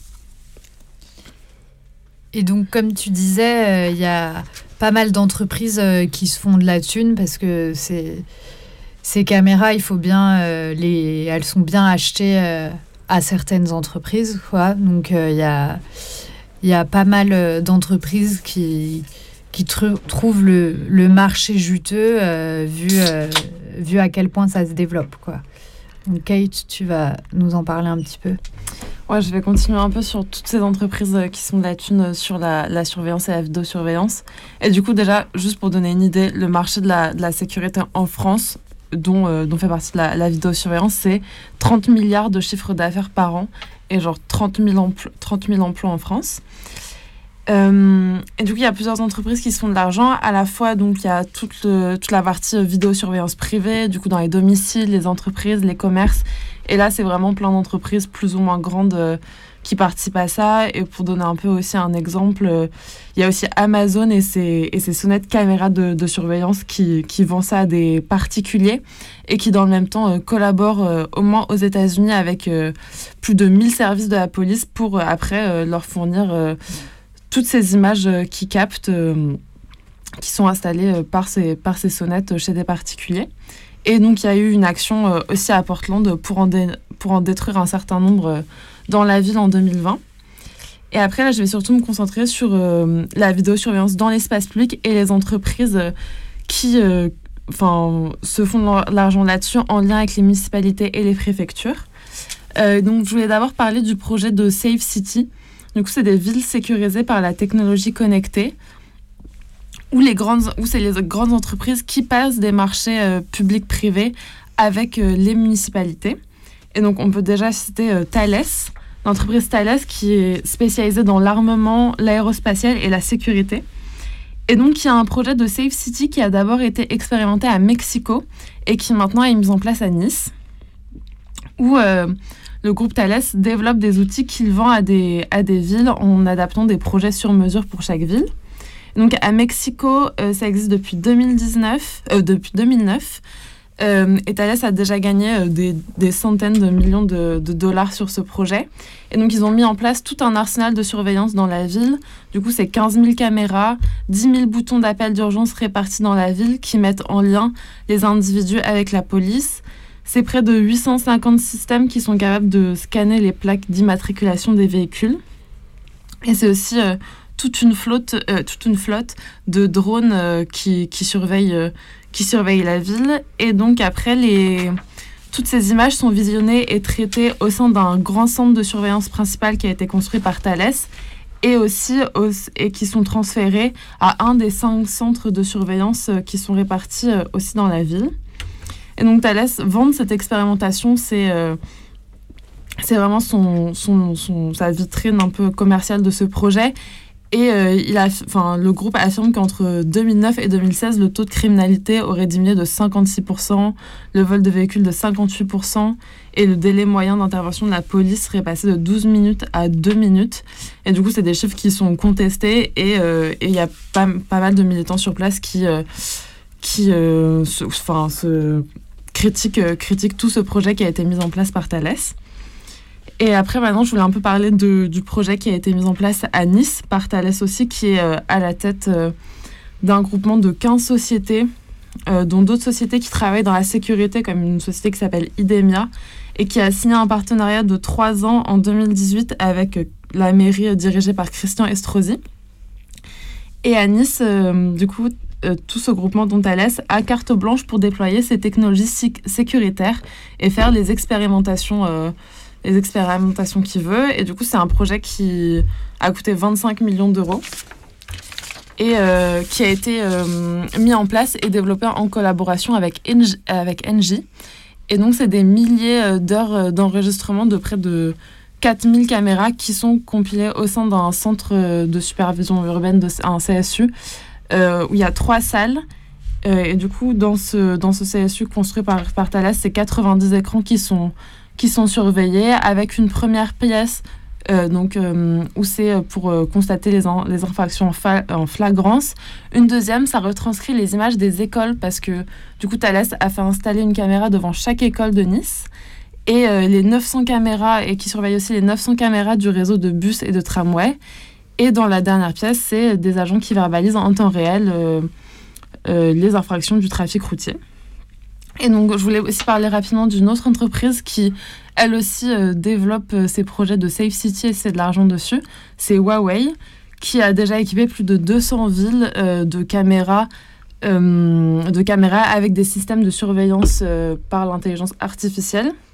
Et donc, comme tu disais, il euh, y a pas mal d'entreprises euh, qui se font de la thune parce que c'est, ces caméras, il faut bien euh, les, elles sont bien achetées euh, à certaines entreprises, quoi. Donc, il euh, y a, y a pas mal d'entreprises qui, qui tr- trouvent le, le marché juteux euh, vu, euh, vu à quel point ça se développe, quoi. Donc, Kate, tu vas nous en parler un petit peu. Ouais, je vais continuer un peu sur toutes ces entreprises qui sont de la thune sur la, la surveillance et la vidéosurveillance. Et du coup, déjà, juste pour donner une idée, le marché de la, de la sécurité en France, dont, euh, dont fait partie de la, la vidéosurveillance, c'est trente milliards de chiffre d'affaires par an et genre trente mille, empl- trente mille emplois en France. Euh, et du coup, il y a plusieurs entreprises qui se font de l'argent. À la fois, donc, il y a toute, le, toute la partie vidéosurveillance privée, du coup, dans les domiciles, les entreprises, les commerces. Et là, c'est vraiment plein d'entreprises plus ou moins grandes euh, qui participent à ça. Et pour donner un peu aussi un exemple, euh, il y a aussi Amazon et ses, et ses sonnettes caméras de, de surveillance qui, qui vendent ça à des particuliers et qui, dans le même temps, euh, collaborent euh, au moins aux États-Unis avec euh, plus de mille services de la police pour euh, après euh, leur fournir euh, toutes ces images euh, qui captent, euh, qui sont installées euh, par, ces, par ces sonnettes chez des particuliers. Et donc, il y a eu une action euh, aussi à Portland pour en, dé- pour en détruire un certain nombre euh, dans la ville en deux mille vingt. Et après, là, je vais surtout me concentrer sur euh, la vidéosurveillance dans l'espace public et les entreprises euh, qui euh, se font de l'argent là-dessus en lien avec les municipalités et les préfectures. Euh, donc, je voulais d'abord parler du projet de Safe City. Du coup, c'est des villes sécurisées par la technologie connectée, où, les grandes, où c'est les grandes entreprises qui passent des marchés euh, publics-privés avec euh, les municipalités. Et donc, on peut déjà citer euh, Thales, l'entreprise Thales qui est spécialisée dans l'armement, l'aérospatial et la sécurité. Et donc, il y a un projet de Safe City qui a d'abord été expérimenté à Mexico et qui maintenant est mis en place à Nice, où euh, le groupe Thales développe des outils qu'il vend à des, à des villes en adaptant des projets sur mesure pour chaque ville. Donc à Mexico, euh, ça existe depuis deux mille dix-neuf, euh, depuis deux mille neuf. Euh, et Thales a déjà gagné euh, des, des centaines de millions de, de dollars sur ce projet. Et donc ils ont mis en place tout un arsenal de surveillance dans la ville. Du coup, c'est quinze mille caméras, dix mille boutons d'appel d'urgence répartis dans la ville qui mettent en lien les individus avec la police. C'est près de huit cent cinquante systèmes qui sont capables de scanner les plaques d'immatriculation des véhicules. Et c'est aussi euh, toute une flotte, euh, toute une flotte de drones euh, qui, qui, surveillent, euh, qui surveillent la ville. Et donc après, les... toutes ces images sont visionnées et traitées au sein d'un grand centre de surveillance principal qui a été construit par Thales et, aussi, et qui sont transférées à un des cinq centres de surveillance euh, qui sont répartis euh, aussi dans la ville. Et donc Thales vend cette expérimentation, c'est... Euh, c'est vraiment son, son, son, sa vitrine un peu commerciale de ce projet. Et euh, il a, enfin, le groupe affirme qu'entre deux mille neuf et deux mille seize, le taux de criminalité aurait diminué de cinquante-six pour cent, le vol de véhicules de cinquante-huit pour cent et le délai moyen d'intervention de la police serait passé de douze minutes à deux minutes. Et du coup, c'est des chiffres qui sont contestés et euh, il y a pas, pas mal de militants sur place qui, euh, qui euh, se, enfin, se critiquent, euh, critiquent tout ce projet qui a été mis en place par Thales. Et après, maintenant, je voulais un peu parler de, du projet qui a été mis en place à Nice, par Thales aussi, qui est euh, à la tête euh, d'un groupement de quinze sociétés, euh, dont d'autres sociétés qui travaillent dans la sécurité, comme une société qui s'appelle Idemia, et qui a signé un partenariat de trois ans en deux mille dix-huit avec euh, la mairie euh, dirigée par Christian Estrosi. Et à Nice, euh, du coup, euh, tout ce groupement dont Thales a carte blanche pour déployer ces technologies sic- sécuritaires et faire les expérimentations euh, les expérimentations qu'il veut. Et du coup, c'est un projet qui a coûté vingt-cinq millions d'euros et euh, qui a été euh, mis en place et développé en collaboration avec Engie, avec Engie. Et donc, c'est des milliers d'heures d'enregistrement de près de quatre mille caméras qui sont compilées au sein d'un centre de supervision urbaine, de, un C S U, euh, où il y a trois salles. Euh, et du coup, dans ce, dans ce C S U construit par, par Thales, c'est quatre-vingt-dix écrans qui sont qui sont surveillés avec une première pièce euh, donc, euh, où c'est pour euh, constater les, en, les infractions en, fa- en flagrance. Une deuxième, ça retranscrit les images des écoles parce que du coup Thales a fait installer une caméra devant chaque école de Nice et euh, les neuf cents caméras et qui surveillent aussi les neuf cents caméras du réseau de bus et de tramway. Et dans la dernière pièce, c'est des agents qui verbalisent en temps réel euh, euh, les infractions du trafic routier. Et donc, je voulais aussi parler rapidement d'une autre entreprise qui, elle aussi, euh, développe euh, ses projets de Safe City et c'est de l'argent dessus. C'est Huawei, qui a déjà équipé plus de deux cents villes euh, de caméras, euh, de caméras avec des systèmes de surveillance euh, par l'intelligence artificielle.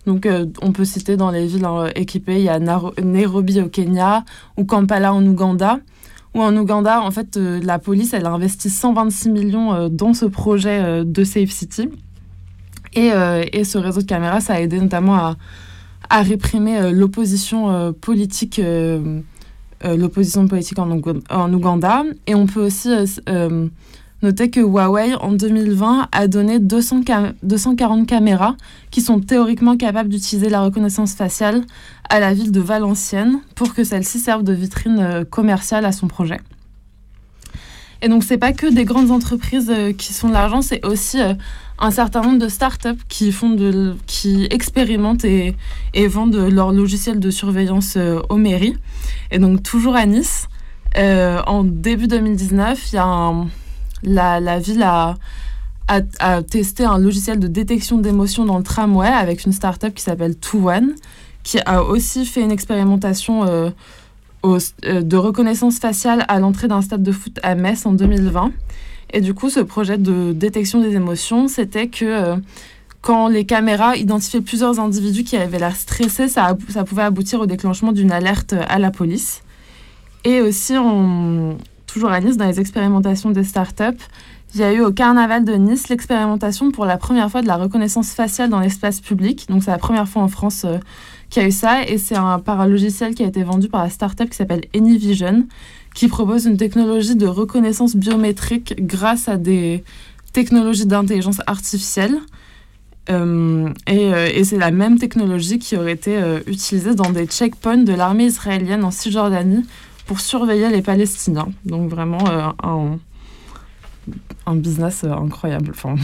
Donc, euh, on peut citer dans les villes euh, équipées, il y a Naro- Nairobi au Kenya ou Kampala en Ouganda. Où en Ouganda, en fait, euh, la police, elle a investi cent vingt-six millions euh, dans ce projet euh, de Safe City. Et, euh, et ce réseau de caméras, ça a aidé notamment à, à réprimer euh, l'opposition euh, politique, euh, euh, l'opposition politique en, Oug- en Ouganda. Et on peut aussi euh, euh, noter que Huawei, en deux mille vingt, a donné deux cents cam- deux cent quarante caméras qui sont théoriquement capables d'utiliser la reconnaissance faciale à la ville de Valenciennes pour que celle-ci serve de vitrine euh, commerciale à son projet. Et donc, c'est pas que des grandes entreprises euh, qui font de l'argent, c'est aussi euh, un certain nombre de startups qui, font de, qui expérimentent et, et vendent leur logiciel de surveillance euh, aux mairies. Et donc, toujours à Nice, euh, en début deux mille dix-neuf, il y a un... La, la ville a, a, a testé un logiciel de détection d'émotions dans le tramway avec une start-up qui s'appelle two one, qui a aussi fait une expérimentation euh, au, euh, de reconnaissance faciale à l'entrée d'un stade de foot à Metz en deux mille vingt. Et du coup, ce projet de détection des émotions, c'était que euh, quand les caméras identifiaient plusieurs individus qui avaient l'air stressés, ça, ça pouvait aboutir au déclenchement d'une alerte à la police. Et aussi, on... toujours à Nice, dans les expérimentations des startups, il y a eu au Carnaval de Nice l'expérimentation pour la première fois de la reconnaissance faciale dans l'espace public. Donc, c'est la première fois en France euh, qu'il y a eu ça. Et c'est un, par un logiciel qui a été vendu par la startup qui s'appelle AnyVision, qui propose une technologie de reconnaissance biométrique grâce à des technologies d'intelligence artificielle. Euh, et, euh, et c'est la même technologie qui aurait été euh, utilisée dans des checkpoints de l'armée israélienne en Cisjordanie pour surveiller les Palestiniens. Donc vraiment euh, un, un business euh, incroyable. Enfin,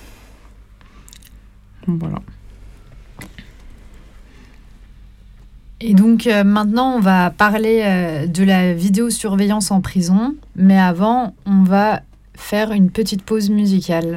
voilà. Et donc euh, maintenant, on va parler euh, de la vidéosurveillance en prison. Mais avant, on va faire une petite pause musicale.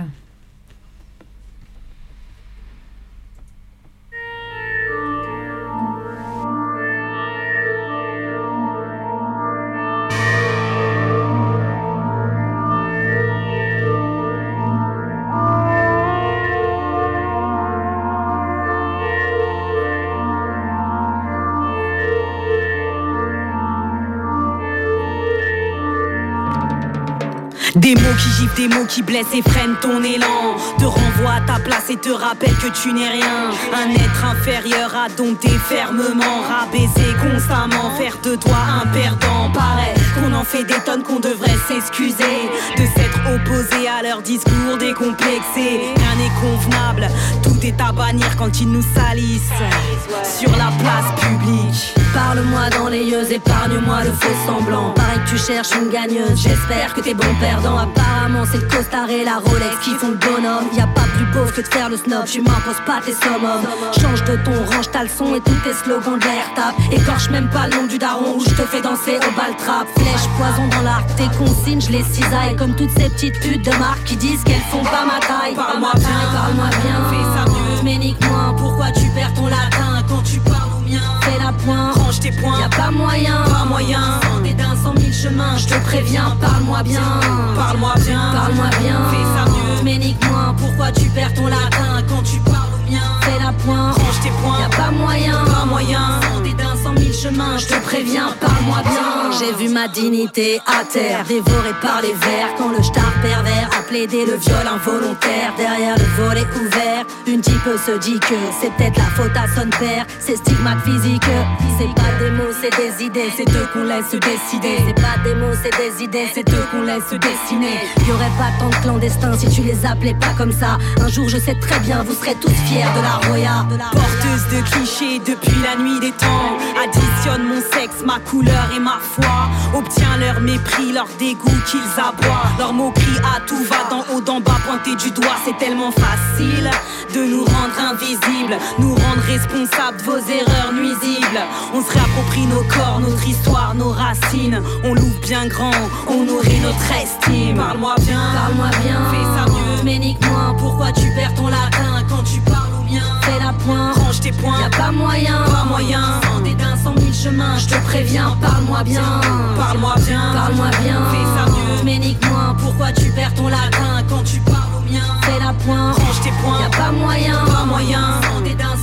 Des mots qui giflent, des mots qui blessent et freinent ton élan. Te renvoient à ta place et te rappellent que tu n'es rien. Un être inférieur à dompter fermement, rabaisser constamment, faire de toi un perdant. Paraît qu'on en fait des tonnes, qu'on devrait s'excuser de s'être opposé à leur discours décomplexé. Rien n'est convenable, tout est à bannir quand ils nous salissent sur la place publique. Parle-moi dans les yeux, épargne-moi le faux semblant. Pareil que tu cherches une gagneuse, j'espère que t'es bon perdant. Apparemment c'est le costard et la Rolex qui font le bonhomme. Y'a pas plus pauvre que de faire le snob, tu m'imposes pas tes summums. Change de ton, range ta leçon et tous tes slogans de l'air tape. Écorche même pas le nom du daron où je te fais danser au bal trap. Flèche, poison dans l'arc, tes consignes, je les cisaille. Comme toutes ces petites putes de marque qui disent qu'elles font pas ma taille. Parle-moi bien, parle-moi bien, fais ça mieux. Mais nique-moi, pourquoi tu perds ton latin quand tu parles au mien? Fais la pointe, range tes points, y'a pas moyen, pas moyen. Sans dédain, cent mille chemins, je te préviens, parle-moi bien. Parle-moi bien, parle-moi bien, fais ça mieux. Mais nique-moi, pourquoi tu perds ton latin quand tu parles au mien? Fais la pointe, range tes points, y'a pas moyen, pas moyen. Sans dédain, cent mille chemins, je te préviens, parle-moi bien. J'ai vu ma dignité à terre, dévorée par les vers. Quand le star pervers a plaidé le viol involontaire. Derrière le volet ouvert, une type se dit que c'est peut-être la faute à son père. C'est stigmate physique, c'est pas des mots, c'est des idées. C'est eux qu'on laisse se décider. C'est pas des mots, c'est des idées. C'est eux qu'on laisse se dessiner. Y'aurait pas tant de clandestins si tu les appelais pas comme ça. Un jour je sais très bien, vous serez tous fiers de la Roya. Porteuse de clichés depuis la nuit des temps. Additionne mon sexe, ma couleur et ma foi. Obtiens leur mépris, leur dégoût qu'ils aboient. Leur moquerie à tout va d'en haut d'en bas, pointé du doigt. C'est tellement facile de nous rendre invisibles, nous rendre responsables de vos erreurs nuisibles. On se réapproprie nos corps, notre histoire, nos racines. On l'ouvre bien grand, on nourrit notre estime. Parle-moi bien, parle-moi bien, fais ça mieux. Mais nique-moi, pourquoi tu perds ton latin quand tu parles au mien? Fais la pointe, range tes points, y'a pas moyen, pas moyen. Sans dédain, cent mille chemins, je te préviens, parle-moi bien. Parle-moi bien, parle-moi bien, fais ça mieux. Mais nique-moi, pourquoi tu perds ton latin quand tu parles au mien? Fais la pointe, range tes points, y'a pas moyen, pas moyen. Sans dédain, cent mille chemins.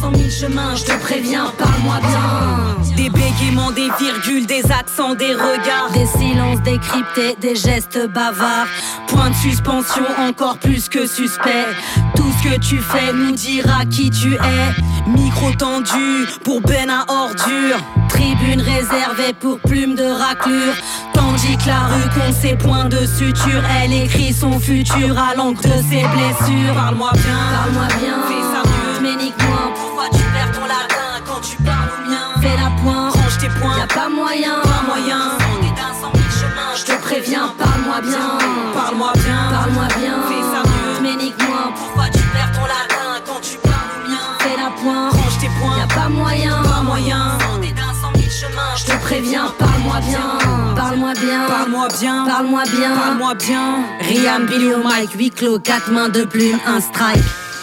chemin, je te préviens, parle-moi bien. Des bégaiements, des virgules, des accents, des regards, des silences décryptés, des gestes bavards. Point de suspension, encore plus que suspect. Tout ce que tu fais nous dira qui tu es. Micro tendu pour Ben à ordure. Tribune réservée pour plumes de raclure. Tandis que la rue compte ses points de suture. Elle écrit son futur à l'encre de ses blessures. Parle-moi bien, parle-moi bien. Fais ça mieux, mais nique-moi. Pourquoi tu perds ton latin quand tu parles au mien? Fais la pointe, range tes poings. Y'a pas moyen, pas moyen. Sans dédain, sans mille chemins. Je te préviens, parle-moi bien. Parle-moi bien, parle-moi bien. Fais ça mieux, mais nique-moi. Pourquoi tu perds ton latin quand tu parles au mien? Fais la pointe, range tes poings. Y'a pas moyen, pas moyen. Sans dédain, sans mille chemins. Je te préviens, parle-moi bien. Parle-moi bien, parle-moi bien, parle-moi bien, parle-moi bien. Riam, Billy au mic, huis clos, quatre mains de plume, un strike.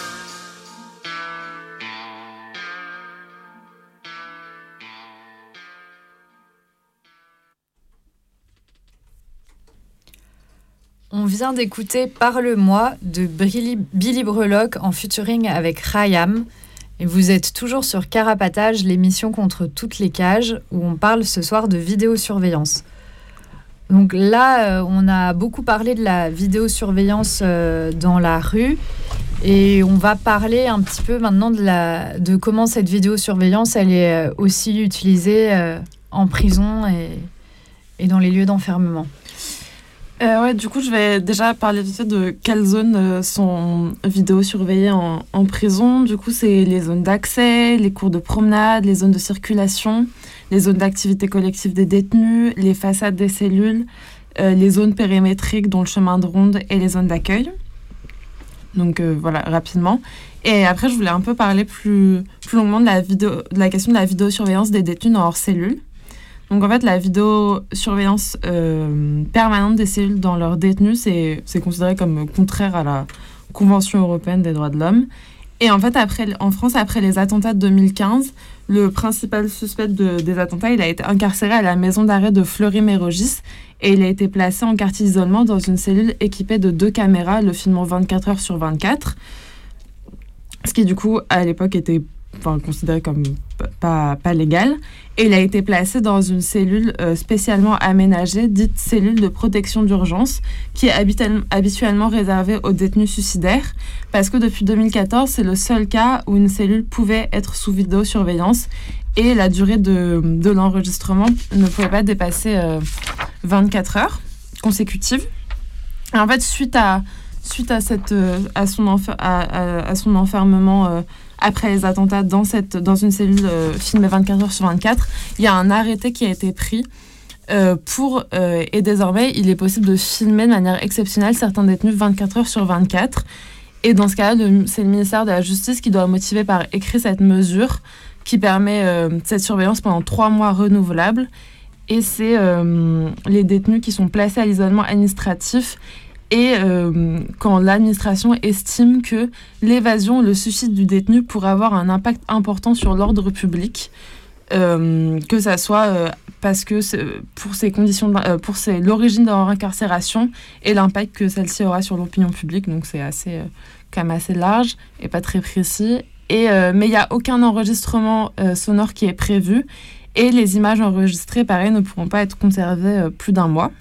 On vient d'écouter Parle-moi de Billy, Billy Breloque en featuring avec Rayam. Et vous êtes toujours sur Carapatage, l'émission contre toutes les cages, où on parle ce soir de vidéosurveillance. Donc là, euh, on a beaucoup parlé de la vidéosurveillance euh, dans la rue. Et on va parler un petit peu maintenant de, la, de comment cette vidéosurveillance elle est aussi utilisée euh, en prison et, et dans les lieux d'enfermement. Euh, ouais, du coup, je vais déjà parler de quelles zones euh, sont vidéosurveillées en, en prison. Du coup, c'est les zones d'accès, les cours de promenade, les zones de circulation, les zones d'activité collective des détenus, les façades des cellules, euh, les zones périmétriques dont le chemin de ronde et les zones d'accueil. Donc euh, voilà, rapidement. Et après, je voulais un peu parler plus, plus longuement de la, vidéo, de la question de la vidéosurveillance des détenus dans leur cellule. Donc en fait, la vidéosurveillance euh, permanente des cellules dans leurs détenus, c'est, c'est considéré comme contraire à la Convention européenne des droits de l'homme. Et en fait, après, en France, après les attentats de deux mille quinze, le principal suspect de, des attentats, il a été incarcéré à la maison d'arrêt de Fleury-Mérogis et il a été placé en quartier d'isolement dans une cellule équipée de deux caméras, le filmant vingt-quatre heures sur vingt-quatre, ce qui du coup, à l'époque, était enfin, considéré comme pas, pas légal. Et il a été placé dans une cellule euh, spécialement aménagée, dite cellule de protection d'urgence, qui est habituellement, habituellement réservée aux détenus suicidaires, parce que depuis deux mille quatorze, c'est le seul cas où une cellule pouvait être sous vidéosurveillance et la durée de, de l'enregistrement ne pouvait pas dépasser euh, vingt-quatre heures consécutives. Et en fait, suite à, suite à, cette, euh, à, son, enfer, à, à, à son enfermement euh, après les attentats dans, cette, dans une cellule euh, filmée vingt-quatre heures sur vingt-quatre, il y a un arrêté qui a été pris euh, pour, euh, et désormais, il est possible de filmer de manière exceptionnelle certains détenus vingt-quatre heures sur vingt-quatre. Et dans ce cas-là, le, c'est le ministère de la Justice qui doit motiver par écrit cette mesure qui permet euh, cette surveillance pendant trois mois renouvelable. Et c'est euh, les détenus qui sont placés à l'isolement administratif et euh, quand l'administration estime que l'évasion ou le suicide du détenu pourrait avoir un impact important sur l'ordre public, euh, que ça soit euh, parce que c'est pour, ces conditions de, euh, pour ces, l'origine de leur incarcération et l'impact que celle-ci aura sur l'opinion publique. Donc c'est assez, euh, quand même assez large et pas très précis. Et, euh, mais il n'y a aucun enregistrement euh, sonore qui est prévu. Et les images enregistrées, pareil, ne pourront pas être conservées euh, plus d'un mois.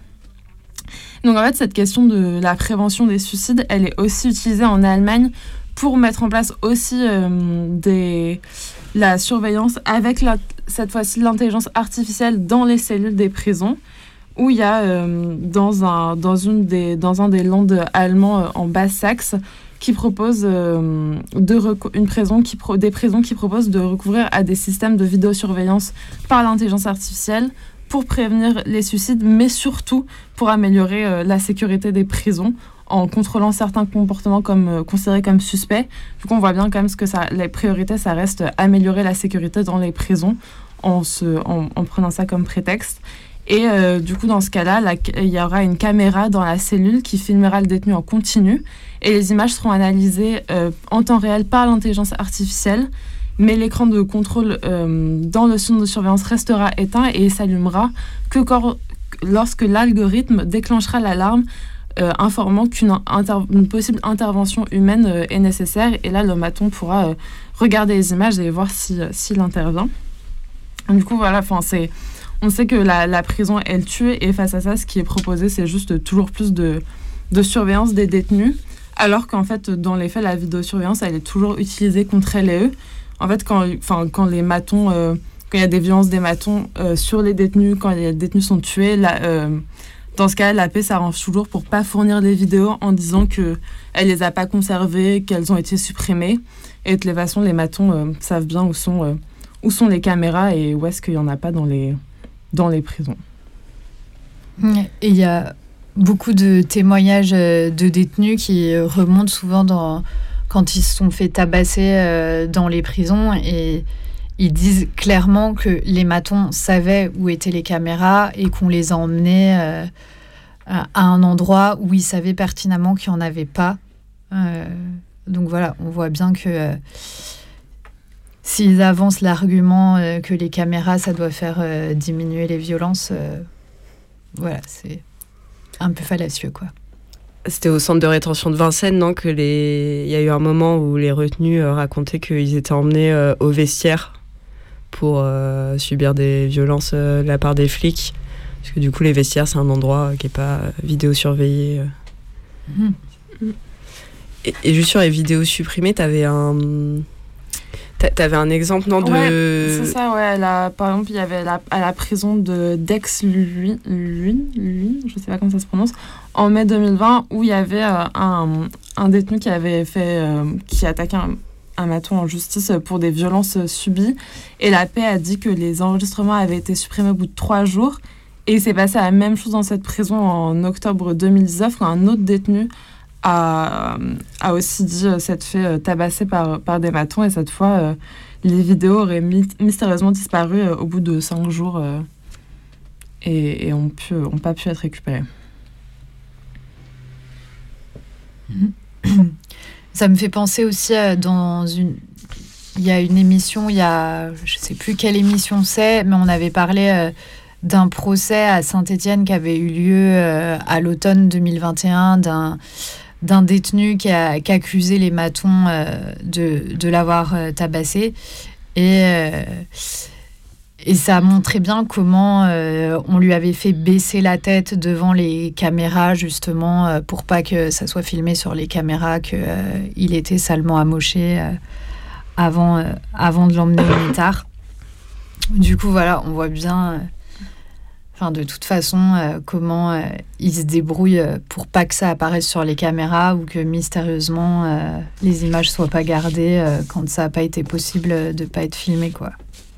Donc en fait, cette question de la prévention des suicides, elle est aussi utilisée en Allemagne pour mettre en place aussi euh, des, la surveillance avec la, cette fois-ci l'intelligence artificielle dans les cellules des prisons, où il y a euh, dans, un, dans, une des, dans un des lands allemands euh, en Basse-Saxe qui propose euh, de reco- une prison qui pro- des prisons qui proposent de recourir à des systèmes de vidéosurveillance par l'intelligence artificielle pour prévenir les suicides, mais surtout pour améliorer euh, la sécurité des prisons en contrôlant certains comportements comme, euh, considérés comme suspects. Du coup, on voit bien quand même ce que ça, les priorités, ça reste améliorer la sécurité dans les prisons en, se, en, en prenant ça comme prétexte. Et euh, du coup, dans ce cas-là, la, il y aura une caméra dans la cellule qui filmera le détenu en continu et les images seront analysées euh, en temps réel par l'intelligence artificielle. Mais l'écran de contrôle euh, dans le centre de surveillance restera éteint et s'allumera que quand, lorsque l'algorithme déclenchera l'alarme euh, informant qu'une inter- une possible intervention humaine euh, est nécessaire. Et là, le maton pourra euh, regarder les images et voir si, euh, s'il intervient. Du coup, voilà, c'est, on sait que la, la prison, elle tue, et face à ça, ce qui est proposé, c'est juste toujours plus de, de surveillance des détenus, alors qu'en fait, dans les faits, la vidéosurveillance, elle est toujours utilisée contre elle et eux. En fait, quand, quand les matons, euh, quand il y a des violences des matons euh, sur les détenus, quand les détenus sont tués, la, euh, dans ce cas, la paix s'arrange toujours pour pas fournir des vidéos en disant qu'elle les a pas conservées, qu'elles ont été supprimées. Et de toute façon, les matons euh, savent bien où sont... Euh, où sont les caméras et où est-ce qu'il n'y en a pas dans les, dans les prisons. Et il y a beaucoup de témoignages de détenus qui remontent souvent dans, quand ils se sont fait tabasser dans les prisons, et ils disent clairement que les matons savaient où étaient les caméras et qu'on les a emmenés à un endroit où ils savaient pertinemment qu'il n'y en avait pas. Donc voilà, on voit bien que s'ils avancent l'argument euh, que les caméras, ça doit faire euh, diminuer les violences, euh, voilà, c'est un peu fallacieux, quoi. C'était au centre de rétention de Vincennes, non, que les... il y a eu un moment où les retenus euh, racontaient qu'ils étaient emmenés euh, au vestiaire pour euh, subir des violences euh, de la part des flics. Parce que du coup, les vestiaires, c'est un endroit euh, qui n'est pas euh, vidéosurveillé. Euh. Mmh. Et, et juste sur les vidéos supprimées, t'avais un... T'avais un exemple, non, de... Ouais, c'est ça, ouais. La, par exemple, il y avait la, à la prison de d'Aix-Luynes, Luynes, je sais pas comment ça se prononce, en mai deux mille vingt, où il y avait euh, un, un détenu qui avait fait... Euh, qui attaquait un, un maton en justice pour des violences subies. Et la paix a dit que les enregistrements avaient été supprimés au bout de trois jours. Et il s'est passé la même chose dans cette prison en octobre deux mille dix-neuf, quand un autre détenu A, a aussi dit euh, s'être fait euh, tabasser par, par des matons, et cette fois euh, les vidéos auraient my- mystérieusement disparu euh, au bout de cinq jours euh, et, et ont, pu, ont pas pu être récupérées. Ça me fait penser aussi euh, dans une... Il y a une émission, il y a... Je sais plus quelle émission c'est, mais on avait parlé euh, d'un procès à Saint-Étienne qui avait eu lieu euh, à l'automne deux mille vingt et un, d'un... d'un détenu qui a, qui a accusé les matons euh, de, de l'avoir euh, tabassé. Et, euh, et ça montré bien comment euh, on lui avait fait baisser la tête devant les caméras, justement, euh, pour pas que ça soit filmé sur les caméras, qu'il euh, était salement amoché euh, avant, euh, avant de l'emmener au métard. Du coup, voilà, on voit bien... Euh, Enfin, de toute façon, euh, comment euh, ils se débrouillent euh, pour pas que ça apparaisse sur les caméras, ou que mystérieusement euh, les images soient pas gardées euh, quand ça n'a pas été possible de pas être filmé, quoi.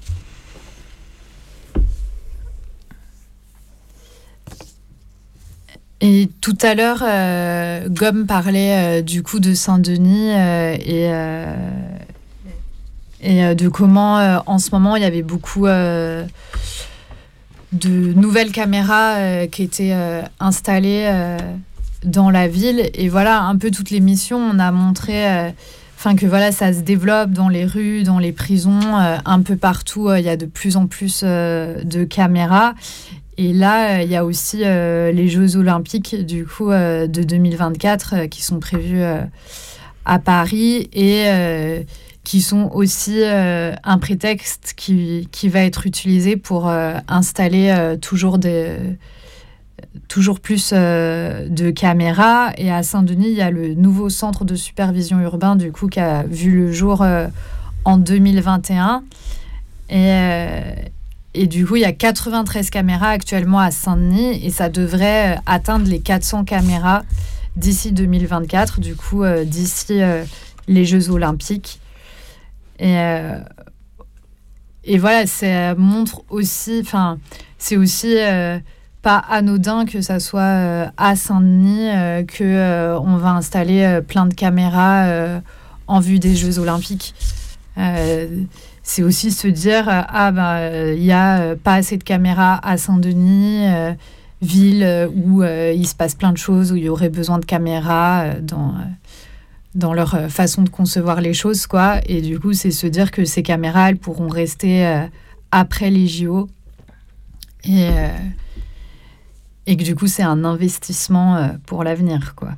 Et tout à l'heure, euh, Gomme parlait euh, du coup de Saint-Denis euh, et, euh, et euh, de comment euh, en ce moment il y avait beaucoup... Euh, de nouvelles caméras euh, qui étaient euh, installées euh, dans la ville. Et voilà, un peu toutes les missions, on a montré euh, que voilà, ça se développe dans les rues, dans les prisons, euh, un peu partout. Il euh, y a de plus en plus euh, de caméras. Et là, il euh, y a aussi euh, les Jeux Olympiques du coup, euh, de deux mille vingt-quatre euh, qui sont prévus euh, à Paris, et euh, qui sont aussi euh, un prétexte qui, qui va être utilisé pour euh, installer euh, toujours, des, toujours plus euh, de caméras. Et à Saint-Denis, il y a le nouveau centre de supervision urbain, du coup, qui a vu le jour euh, en deux mille vingt et un. Et, euh, et du coup, il y a quatre-vingt-treize caméras actuellement à Saint-Denis, et ça devrait euh, atteindre les quatre cents caméras d'ici deux mille vingt-quatre, du coup, euh, d'ici euh, les Jeux Olympiques. Et, euh, et voilà, ça montre aussi, enfin, c'est aussi euh, pas anodin que ça soit euh, à Saint-Denis euh, que euh, on va installer euh, plein de caméras euh, en vue des Jeux Olympiques. Euh, c'est aussi se dire euh, ah ben il euh, y a euh, pas assez de caméras à Saint-Denis, euh, ville euh, où euh, il se passe plein de choses, où il y aurait besoin de caméras euh, dans euh, dans leur façon de concevoir les choses, quoi. Et du coup, c'est se dire que ces caméras, elles pourront rester euh, après les J O. Et, euh, et que du coup, c'est un investissement euh, pour l'avenir, quoi.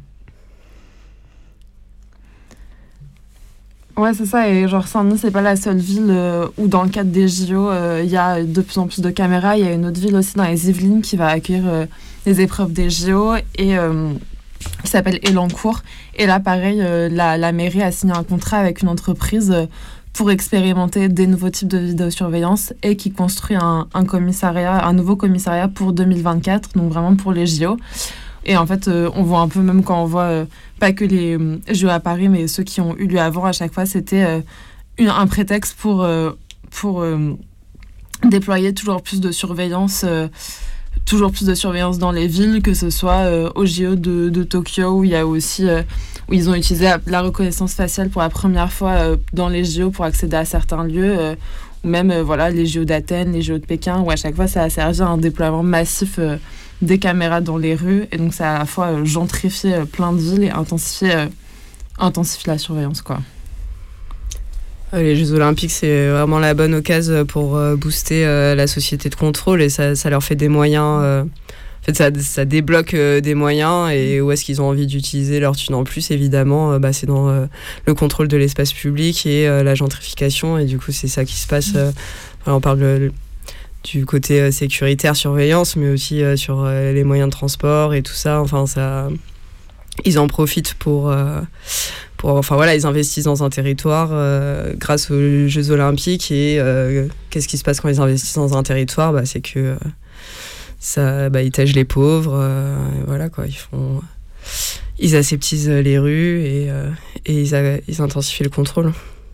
Ouais, c'est ça. Et genre, Saint-Denis, c'est pas la seule ville euh, où, dans le cadre des J O, il euh, y a de plus en plus de caméras. Il y a une autre ville aussi dans les Yvelines qui va accueillir euh, les épreuves des J O et euh, qui s'appelle Elancourt. Et là, pareil, euh, la, la mairie a signé un contrat avec une entreprise euh, pour expérimenter des nouveaux types de vidéosurveillance et qui construit un, un commissariat, un nouveau commissariat pour deux mille vingt-quatre, donc vraiment pour les J O. Et en fait, euh, on voit un peu, même quand on voit, euh, pas que les euh, J O à Paris, mais ceux qui ont eu lieu avant, à chaque fois, c'était euh, une, un prétexte pour, euh, pour euh, déployer toujours plus de surveillance, euh, toujours plus de surveillance dans les villes, que ce soit euh, au J O de, de Tokyo, où il y a aussi, euh, où ils ont utilisé la reconnaissance faciale pour la première fois euh, dans les J O pour accéder à certains lieux, euh, ou même euh, voilà, les J O d'Athènes, les J O de Pékin, où à chaque fois, ça a servi à un déploiement massif euh, des caméras dans les rues, et donc ça a à la fois euh, gentrifié euh, plein de villes et intensifié, euh, intensifié la surveillance, quoi. Les Jeux Olympiques, c'est vraiment la bonne occasion pour euh, booster euh, la société de contrôle, et ça, ça leur fait des moyens. Euh, en fait, ça, ça débloque euh, des moyens, et où est-ce qu'ils ont envie d'utiliser leur thune en plus, évidemment, euh, bah, c'est dans euh, le contrôle de l'espace public et euh, la gentrification, et du coup, c'est ça qui se passe. Euh, on parle de, du côté euh, sécuritaire, surveillance, mais aussi euh, sur euh, les moyens de transport et tout ça. Enfin, ça, ils en profitent pour, euh, pour, enfin voilà, ils investissent dans un territoire euh, grâce aux Jeux Olympiques. Et euh, qu'est-ce qui se passe quand ils investissent dans un territoire ? Bah, c'est que euh, ça, bah, ils tègent les pauvres. Euh, voilà quoi, ils font, ils aseptisent les rues et, euh, et ils, a, ils intensifient le contrôle.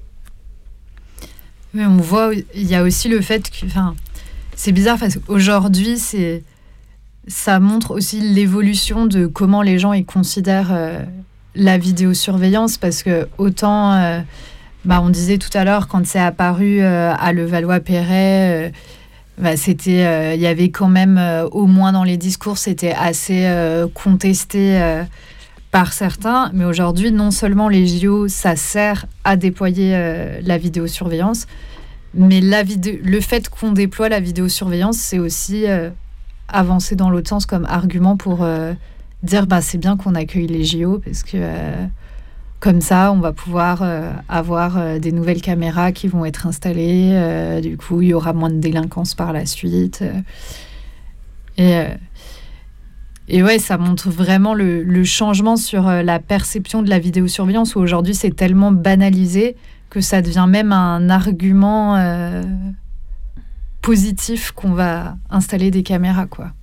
Mais on voit, il y a aussi le fait que, enfin, c'est bizarre parce qu'aujourd'hui, c'est, ça montre aussi l'évolution de comment les gens ils considèrent euh, la vidéosurveillance, parce que autant, euh, bah, on disait tout à l'heure, quand c'est apparu euh, à Levallois-Perret, euh, bah, c'était, euh, il y avait quand même, euh, au moins dans les discours, c'était assez euh, contesté euh, par certains, mais aujourd'hui, non seulement les J O, ça sert à déployer euh, la vidéosurveillance, mais la vidéo, le fait qu'on déploie la vidéosurveillance, c'est aussi euh, avancer dans l'autre sens comme argument pour euh, dire bah, c'est bien qu'on accueille les J O, parce que euh, comme ça, on va pouvoir euh, avoir euh, des nouvelles caméras qui vont être installées. Euh, du coup, il y aura moins de délinquance par la suite. Euh, et, euh, et ouais, ça montre vraiment le, le changement sur euh, la perception de la vidéosurveillance, où aujourd'hui, c'est tellement banalisé que ça devient même un argument euh, positif qu'on va installer des caméras, quoi.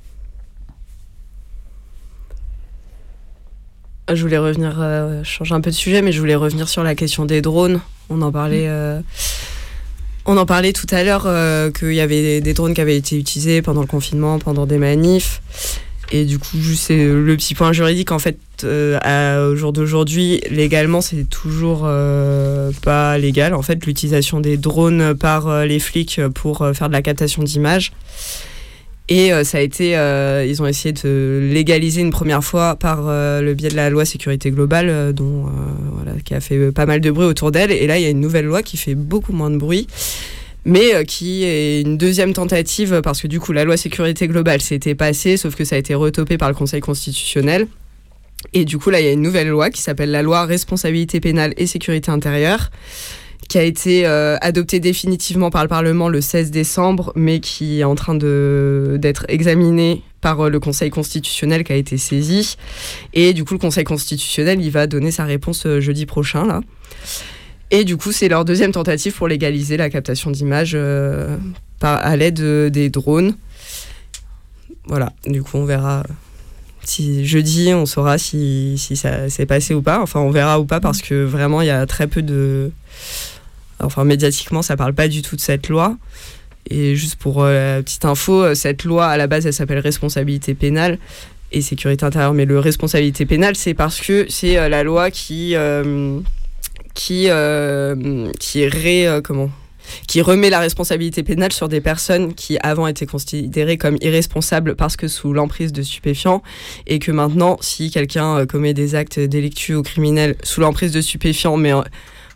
Je voulais revenir, euh, changer un peu de sujet, mais je voulais revenir sur la question des drones. On en parlait, euh, on en parlait tout à l'heure, euh, qu'il y avait des, des drones qui avaient été utilisés pendant le confinement, pendant des manifs. Et du coup, juste c'est le petit point juridique, en fait, euh, à, au jour d'aujourd'hui, légalement, c'est toujours euh, pas légal, en fait, l'utilisation des drones par euh, les flics pour euh, faire de la captation d'images. Et euh, ça a été, euh, ils ont essayé de légaliser une première fois par euh, le biais de la loi sécurité globale, euh, dont, euh, voilà, qui a fait pas mal de bruit autour d'elle. Et là, il y a une nouvelle loi qui fait beaucoup moins de bruit, mais euh, qui est une deuxième tentative, parce que du coup, la loi sécurité globale s'était passée, sauf que ça a été retopé par le Conseil constitutionnel. Et du coup, là, il y a une nouvelle loi qui s'appelle la loi responsabilité pénale et sécurité intérieure, qui a été euh, adoptée définitivement par le Parlement le seize décembre, mais qui est en train de, d'être examinée par euh, le Conseil constitutionnel qui a été saisi. Et du coup, le Conseil constitutionnel, il va donner sa réponse euh, jeudi prochain, là. Et du coup, c'est leur deuxième tentative pour légaliser la captation d'images euh, par, à l'aide de, des drones. Voilà, du coup, on verra si jeudi, on saura si, si ça s'est passé ou pas. Enfin, on verra ou pas, parce que vraiment, il y a très peu de... Enfin, médiatiquement, ça parle pas du tout de cette loi. Et juste pour euh, petite info, cette loi, à la base, elle s'appelle responsabilité pénale et sécurité intérieure. Mais le responsabilité pénale, c'est parce que c'est euh, la loi qui... Euh, qui euh, qui ré, euh, comment qui remet la responsabilité pénale sur des personnes qui avant étaient considérées comme irresponsables parce que sous l'emprise de stupéfiants, et que maintenant, si quelqu'un euh, commet des actes délictueux ou criminels sous l'emprise de stupéfiants, mais euh,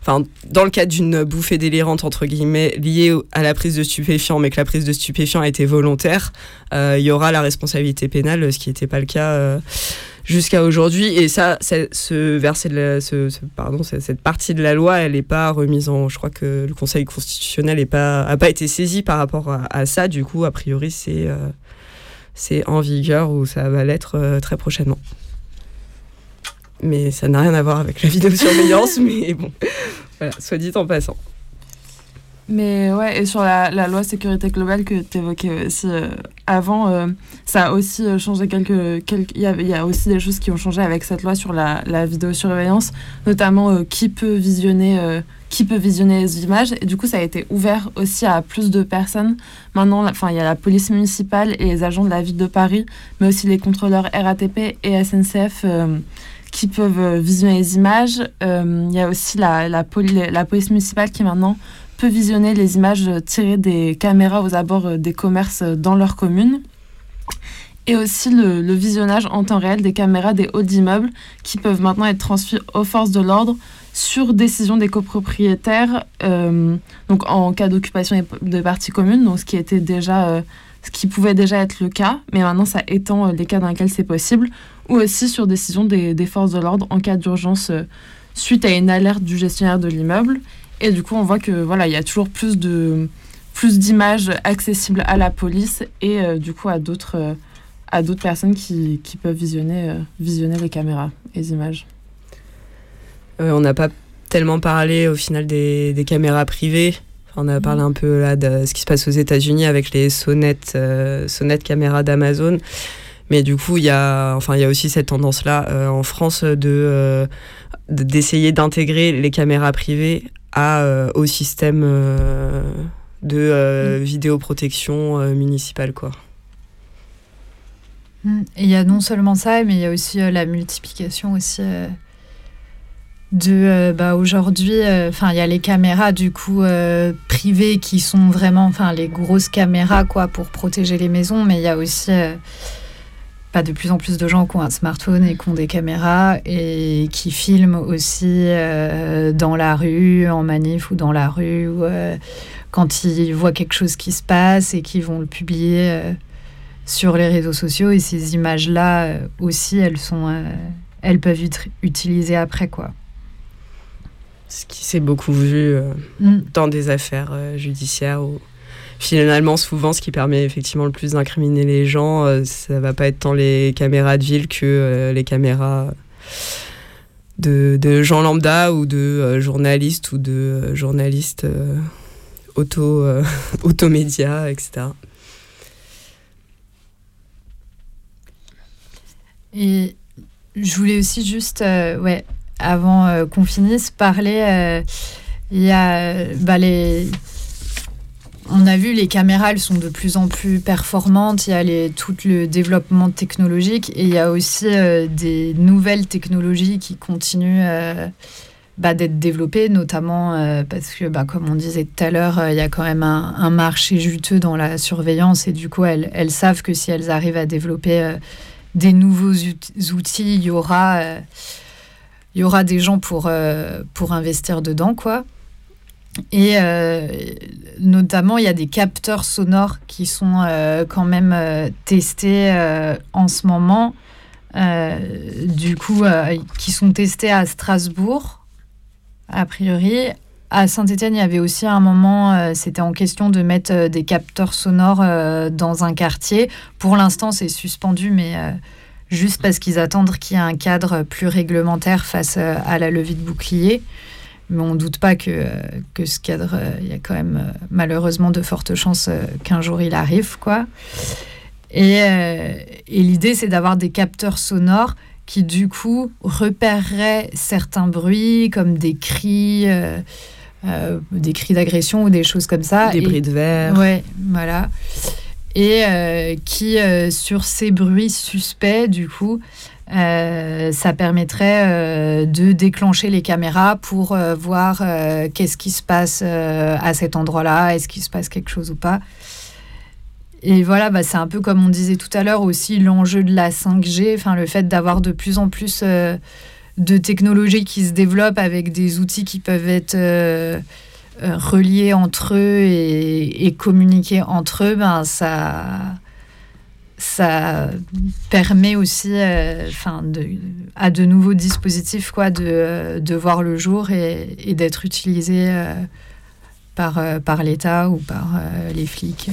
enfin, dans le cadre d'une bouffée délirante, entre guillemets, liée à la prise de stupéfiants, mais que la prise de stupéfiants a été volontaire, euh, il y aura la responsabilité pénale, ce qui n'était pas le cas euh, jusqu'à aujourd'hui. Et ça, ce verset de la, ce, ce, pardon, cette partie de la loi, elle n'est pas remise en... Je crois que le Conseil constitutionnel n'a pas, a pas été saisi par rapport à, à ça. Du coup, a priori, c'est, euh, c'est en vigueur ou ça va l'être euh, très prochainement. Mais ça n'a rien à voir avec la vidéosurveillance, mais bon, voilà, soit dit en passant. Mais ouais, et sur la, la loi sécurité globale que tu évoquais aussi euh, avant, euh, ça a aussi changé quelques... quelques il, y a, il y a aussi des choses qui ont changé avec cette loi sur la, la vidéosurveillance, notamment euh, qui peut visionner... Euh, qui peut visionner les images, et du coup ça a été ouvert aussi à plus de personnes. Maintenant, enfin, il y a la police municipale et les agents de la ville de Paris, mais aussi les contrôleurs R A T P et S N C F euh, qui peuvent visionner les images. Euh, il y a aussi la, la, poli- la police municipale qui maintenant peut visionner les images tirées des caméras aux abords des commerces dans leur commune. Et aussi le, le visionnage en temps réel des caméras des halls d'immeubles qui peuvent maintenant être transmis aux forces de l'ordre sur décision des copropriétaires, euh, donc en cas d'occupation de parties communes, donc ce qui était déjà, euh, ce qui pouvait déjà être le cas, mais maintenant ça étend les cas dans lesquels c'est possible, ou aussi sur décision des, des forces de l'ordre en cas d'urgence euh, suite à une alerte du gestionnaire de l'immeuble. Et du coup, on voit que voilà, il y a toujours plus de plus d'images accessibles à la police et euh, du coup à d'autres euh, à d'autres personnes qui, qui peuvent visionner euh, visionner les caméras et les images. Euh, on n'a pas tellement parlé au final des, des caméras privées. Enfin, on a parlé un peu là de ce qui se passe aux États-Unis avec les sonnettes, euh, sonnettes caméras d'Amazon. Mais du coup, il y a, enfin, il y a aussi cette tendance-là euh, en France de, euh, de, d'essayer d'intégrer les caméras privées à, euh, au système euh, de euh, mmh. vidéoprotection euh, municipale, quoi. Et il y a non seulement ça, mais il y a aussi euh, la multiplication aussi... Euh de euh, bah aujourd'hui enfin euh, il y a les caméras du coup euh, privées qui sont vraiment enfin les grosses caméras quoi pour protéger les maisons, mais il y a aussi euh, bah, de plus en plus de gens qui ont un smartphone et qui ont des caméras et qui filment aussi euh, dans la rue, en manif ou dans la rue ou euh, quand ils voient quelque chose qui se passe et qui vont le publier euh, sur les réseaux sociaux. Et ces images là euh, aussi elles sont euh, elles peuvent être utilisées après quoi. Ce qui s'est beaucoup vu euh, mm. dans des affaires euh, judiciaires où finalement souvent ce qui permet effectivement le plus d'incriminer les gens, euh, ça va pas être tant les caméras de ville que euh, les caméras de, de gens lambda ou de euh, journalistes ou de euh, journalistes euh, auto, euh, automédias, et cetera. Et je voulais aussi juste... Euh, ouais. avant euh, qu'on finisse, parler, euh, il y a bah, les... On a vu les caméras, elles sont de plus en plus performantes, il y a les, tout le développement technologique et il y a aussi euh, des nouvelles technologies qui continuent euh, bah, d'être développées, notamment euh, parce que, bah, comme on disait tout à l'heure, euh, il y a quand même un, un marché juteux dans la surveillance et du coup, elles, elles savent que si elles arrivent à développer euh, des nouveaux ut- outils, il y aura... Euh, il y aura des gens pour, euh, pour investir dedans, quoi. Et euh, notamment, il y a des capteurs sonores qui sont euh, quand même euh, testés euh, en ce moment, euh, du coup, euh, qui sont testés à Strasbourg, a priori. À Saint-Étienne, il y avait aussi un moment, euh, c'était en question de mettre euh, des capteurs sonores euh, dans un quartier. Pour l'instant, c'est suspendu, mais... Euh, juste parce qu'ils attendent qu'il y ait un cadre plus réglementaire face à la levée de bouclier. Mais on ne doute pas que, que ce cadre, il y a quand même malheureusement de fortes chances qu'un jour il arrive, quoi. Et, euh, et l'idée, c'est d'avoir des capteurs sonores qui, du coup, repéreraient certains bruits, comme des cris, euh, euh, des cris d'agression ou des choses comme ça. Des et, bruits de verre. Ouais, voilà. Et euh, qui, euh, sur ces bruits suspects, du coup, euh, ça permettrait euh, de déclencher les caméras pour euh, voir euh, qu'est-ce qui se passe euh, à cet endroit-là, est-ce qu'il se passe quelque chose ou pas. Et voilà, bah, c'est un peu comme on disait tout à l'heure aussi, l'enjeu de la cinq G, enfin, le fait d'avoir de plus en plus euh, de technologies qui se développent avec des outils qui peuvent être euh, euh, reliés entre eux et, et communiquer entre eux, ben ça, ça permet aussi euh, de, à de nouveaux dispositifs quoi, de, de voir le jour et, et d'être utilisés euh, par, euh, par l'État ou par euh, les flics.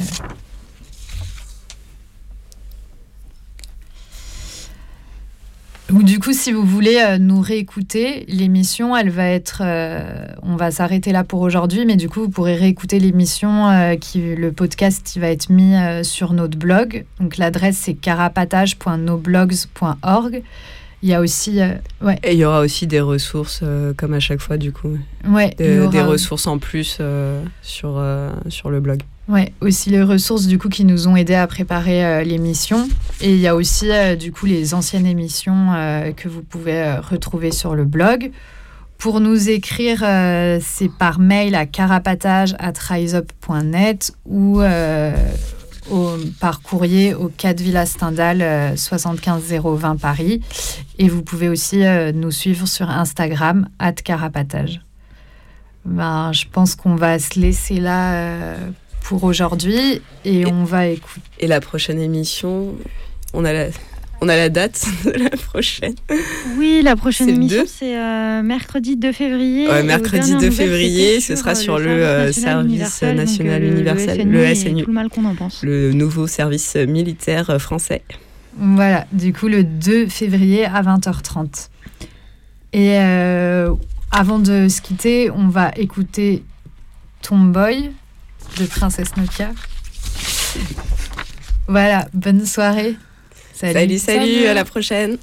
Ou du coup, si vous voulez euh, nous réécouter, l'émission, elle va être... Euh, on va s'arrêter là pour aujourd'hui, mais du coup, vous pourrez réécouter l'émission, euh, qui, le podcast qui va être mis euh, sur notre blog. Donc, l'adresse, c'est carapatage point noblogs point org. Il y a aussi... Euh, ouais. Et il y aura aussi des ressources, euh, comme à chaque fois, du coup. Ouais, de, aura... Des ressources en plus euh, sur, euh, sur le blog. Ouais, aussi les ressources du coup qui nous ont aidés à préparer euh, l'émission. Et il y a aussi euh, du coup les anciennes émissions euh, que vous pouvez euh, retrouver sur le blog. Pour nous écrire, euh, c'est par mail à carapatage arobase riseup point net ou euh, au, par courrier au quatre Villa Stendhal euh, soixante-quinze zéro vingt Paris. Et vous pouvez aussi euh, nous suivre sur Instagram arobase carapatage. Ben, je pense qu'on va se laisser là euh, pour aujourd'hui et, et on va écouter. Et la prochaine émission, on a la, on a la date de la prochaine. Oui, la prochaine c'est émission, deux. c'est euh, mercredi deux février. Ouais, mercredi deux février, ce sera sur, sur le euh, service national universel, le S N U. Tout le mal qu'on en pense. Le nouveau service militaire français. Voilà, du coup, le deux février à vingt heures trente. Et euh, avant de se quitter, on va écouter Tomboy de Princesse Nokia. Voilà, bonne soirée. Salut, salut, salut, salut. À la prochaine.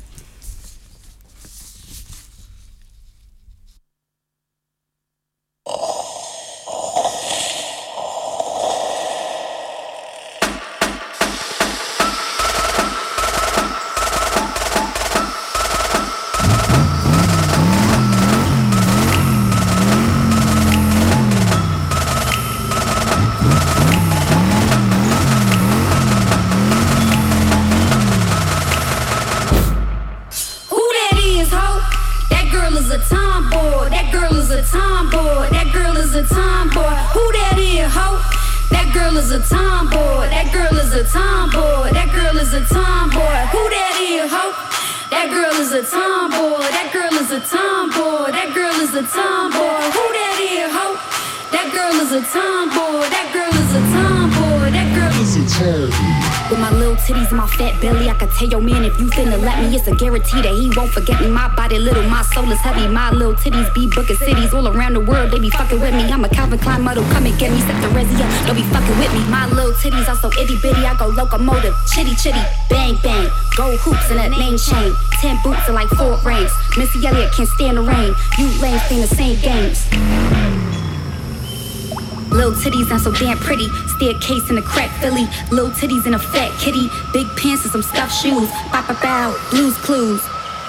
Yo, man, if you finna let me, it's a guarantee that he won't forget me. My body little, my soul is heavy. My little titties be booking cities all around the world. They be fucking with me. I'm a Calvin Klein model, come and get me. Set the Rezia, don't be fucking with me. My little titties are so itty bitty. I go locomotive, chitty chitty, bang bang. Gold hoops in that name chain. Ten boots and like four rings. Missy Elliott can't stand the rain. You lames playing the same games. Little titties and so damn pretty. Staircase in a crack Philly. Little titties in a fat kitty. Big pants and some stuffed shoes. Bow bow bow. Blues Clues.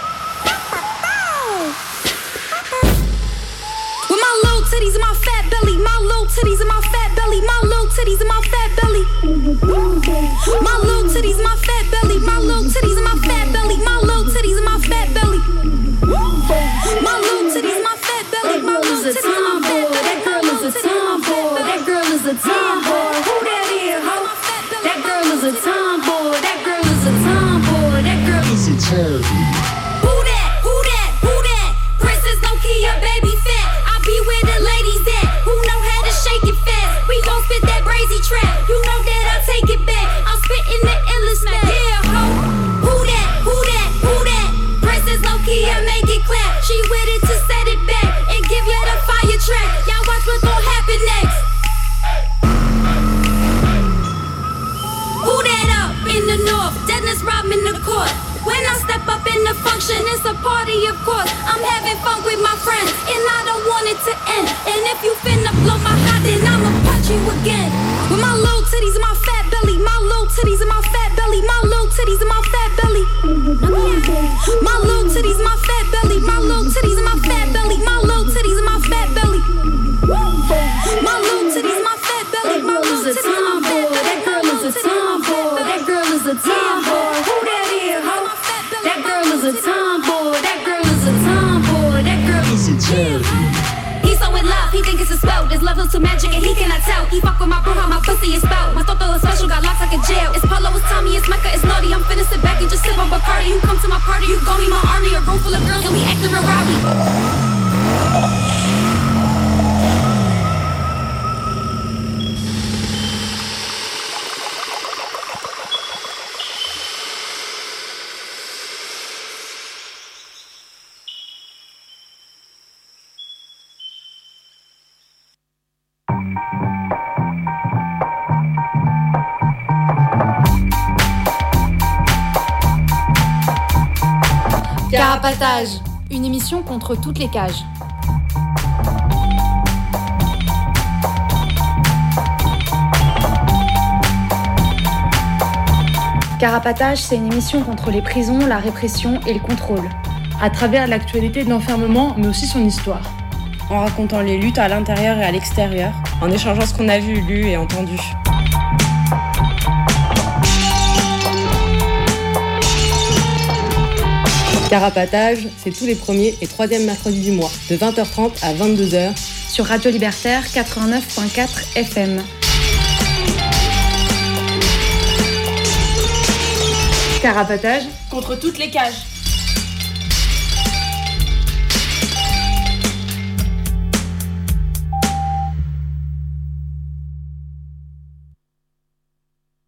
With my little titties and my fat belly. My little titties and my fat belly. My little titties and my fat belly. My little titties and my fat belly. My little titties and my fat belly. My little titties and my fat belly. My little titties and my fat belly. My little titties and my fat belly. That girl is a tomboy. That girl is a tomboy. Who that is, ho? That girl is a tomboy. That girl is a tomboy. That girl is a tomboy. Who that? Who that? Who that? Princess Nokia, baby fat. I be where the ladies at. Who know how to shake it fast? We gon' spit that brazy trap. You know that I take it back. I'm spitting the illest smack. Yeah, ho. Who that? Who that? Who that? Princess Nokia, make it clap. She with it to set it back and give you the fire track. Y'all watch what's gon' happen next. a spell. This levels to magic and he cannot tell. He fuck with my bro, how my pussy is spelled. My toto is special, got locks like a jail. It's Polo, it's Tommy, it's Mecca, it's naughty. I'm finna sit back and just sip on Bacardi. You come to my party, you gon' be my army. A room full of girls and we acting real rowdy. Carapatage, une émission contre toutes les cages. Carapatage, c'est une émission contre les prisons, la répression et le contrôle. À travers l'actualité de l'enfermement, mais aussi son histoire. En racontant les luttes à l'intérieur et à l'extérieur. En échangeant ce qu'on a vu, lu et entendu. Carapatage, c'est tous les premiers et troisièmes mercredis du mois, de vingt heures trente à vingt-deux heures, sur Radio Libertaire quatre-vingt-neuf virgule quatre F M. Carapatage contre toutes les cages.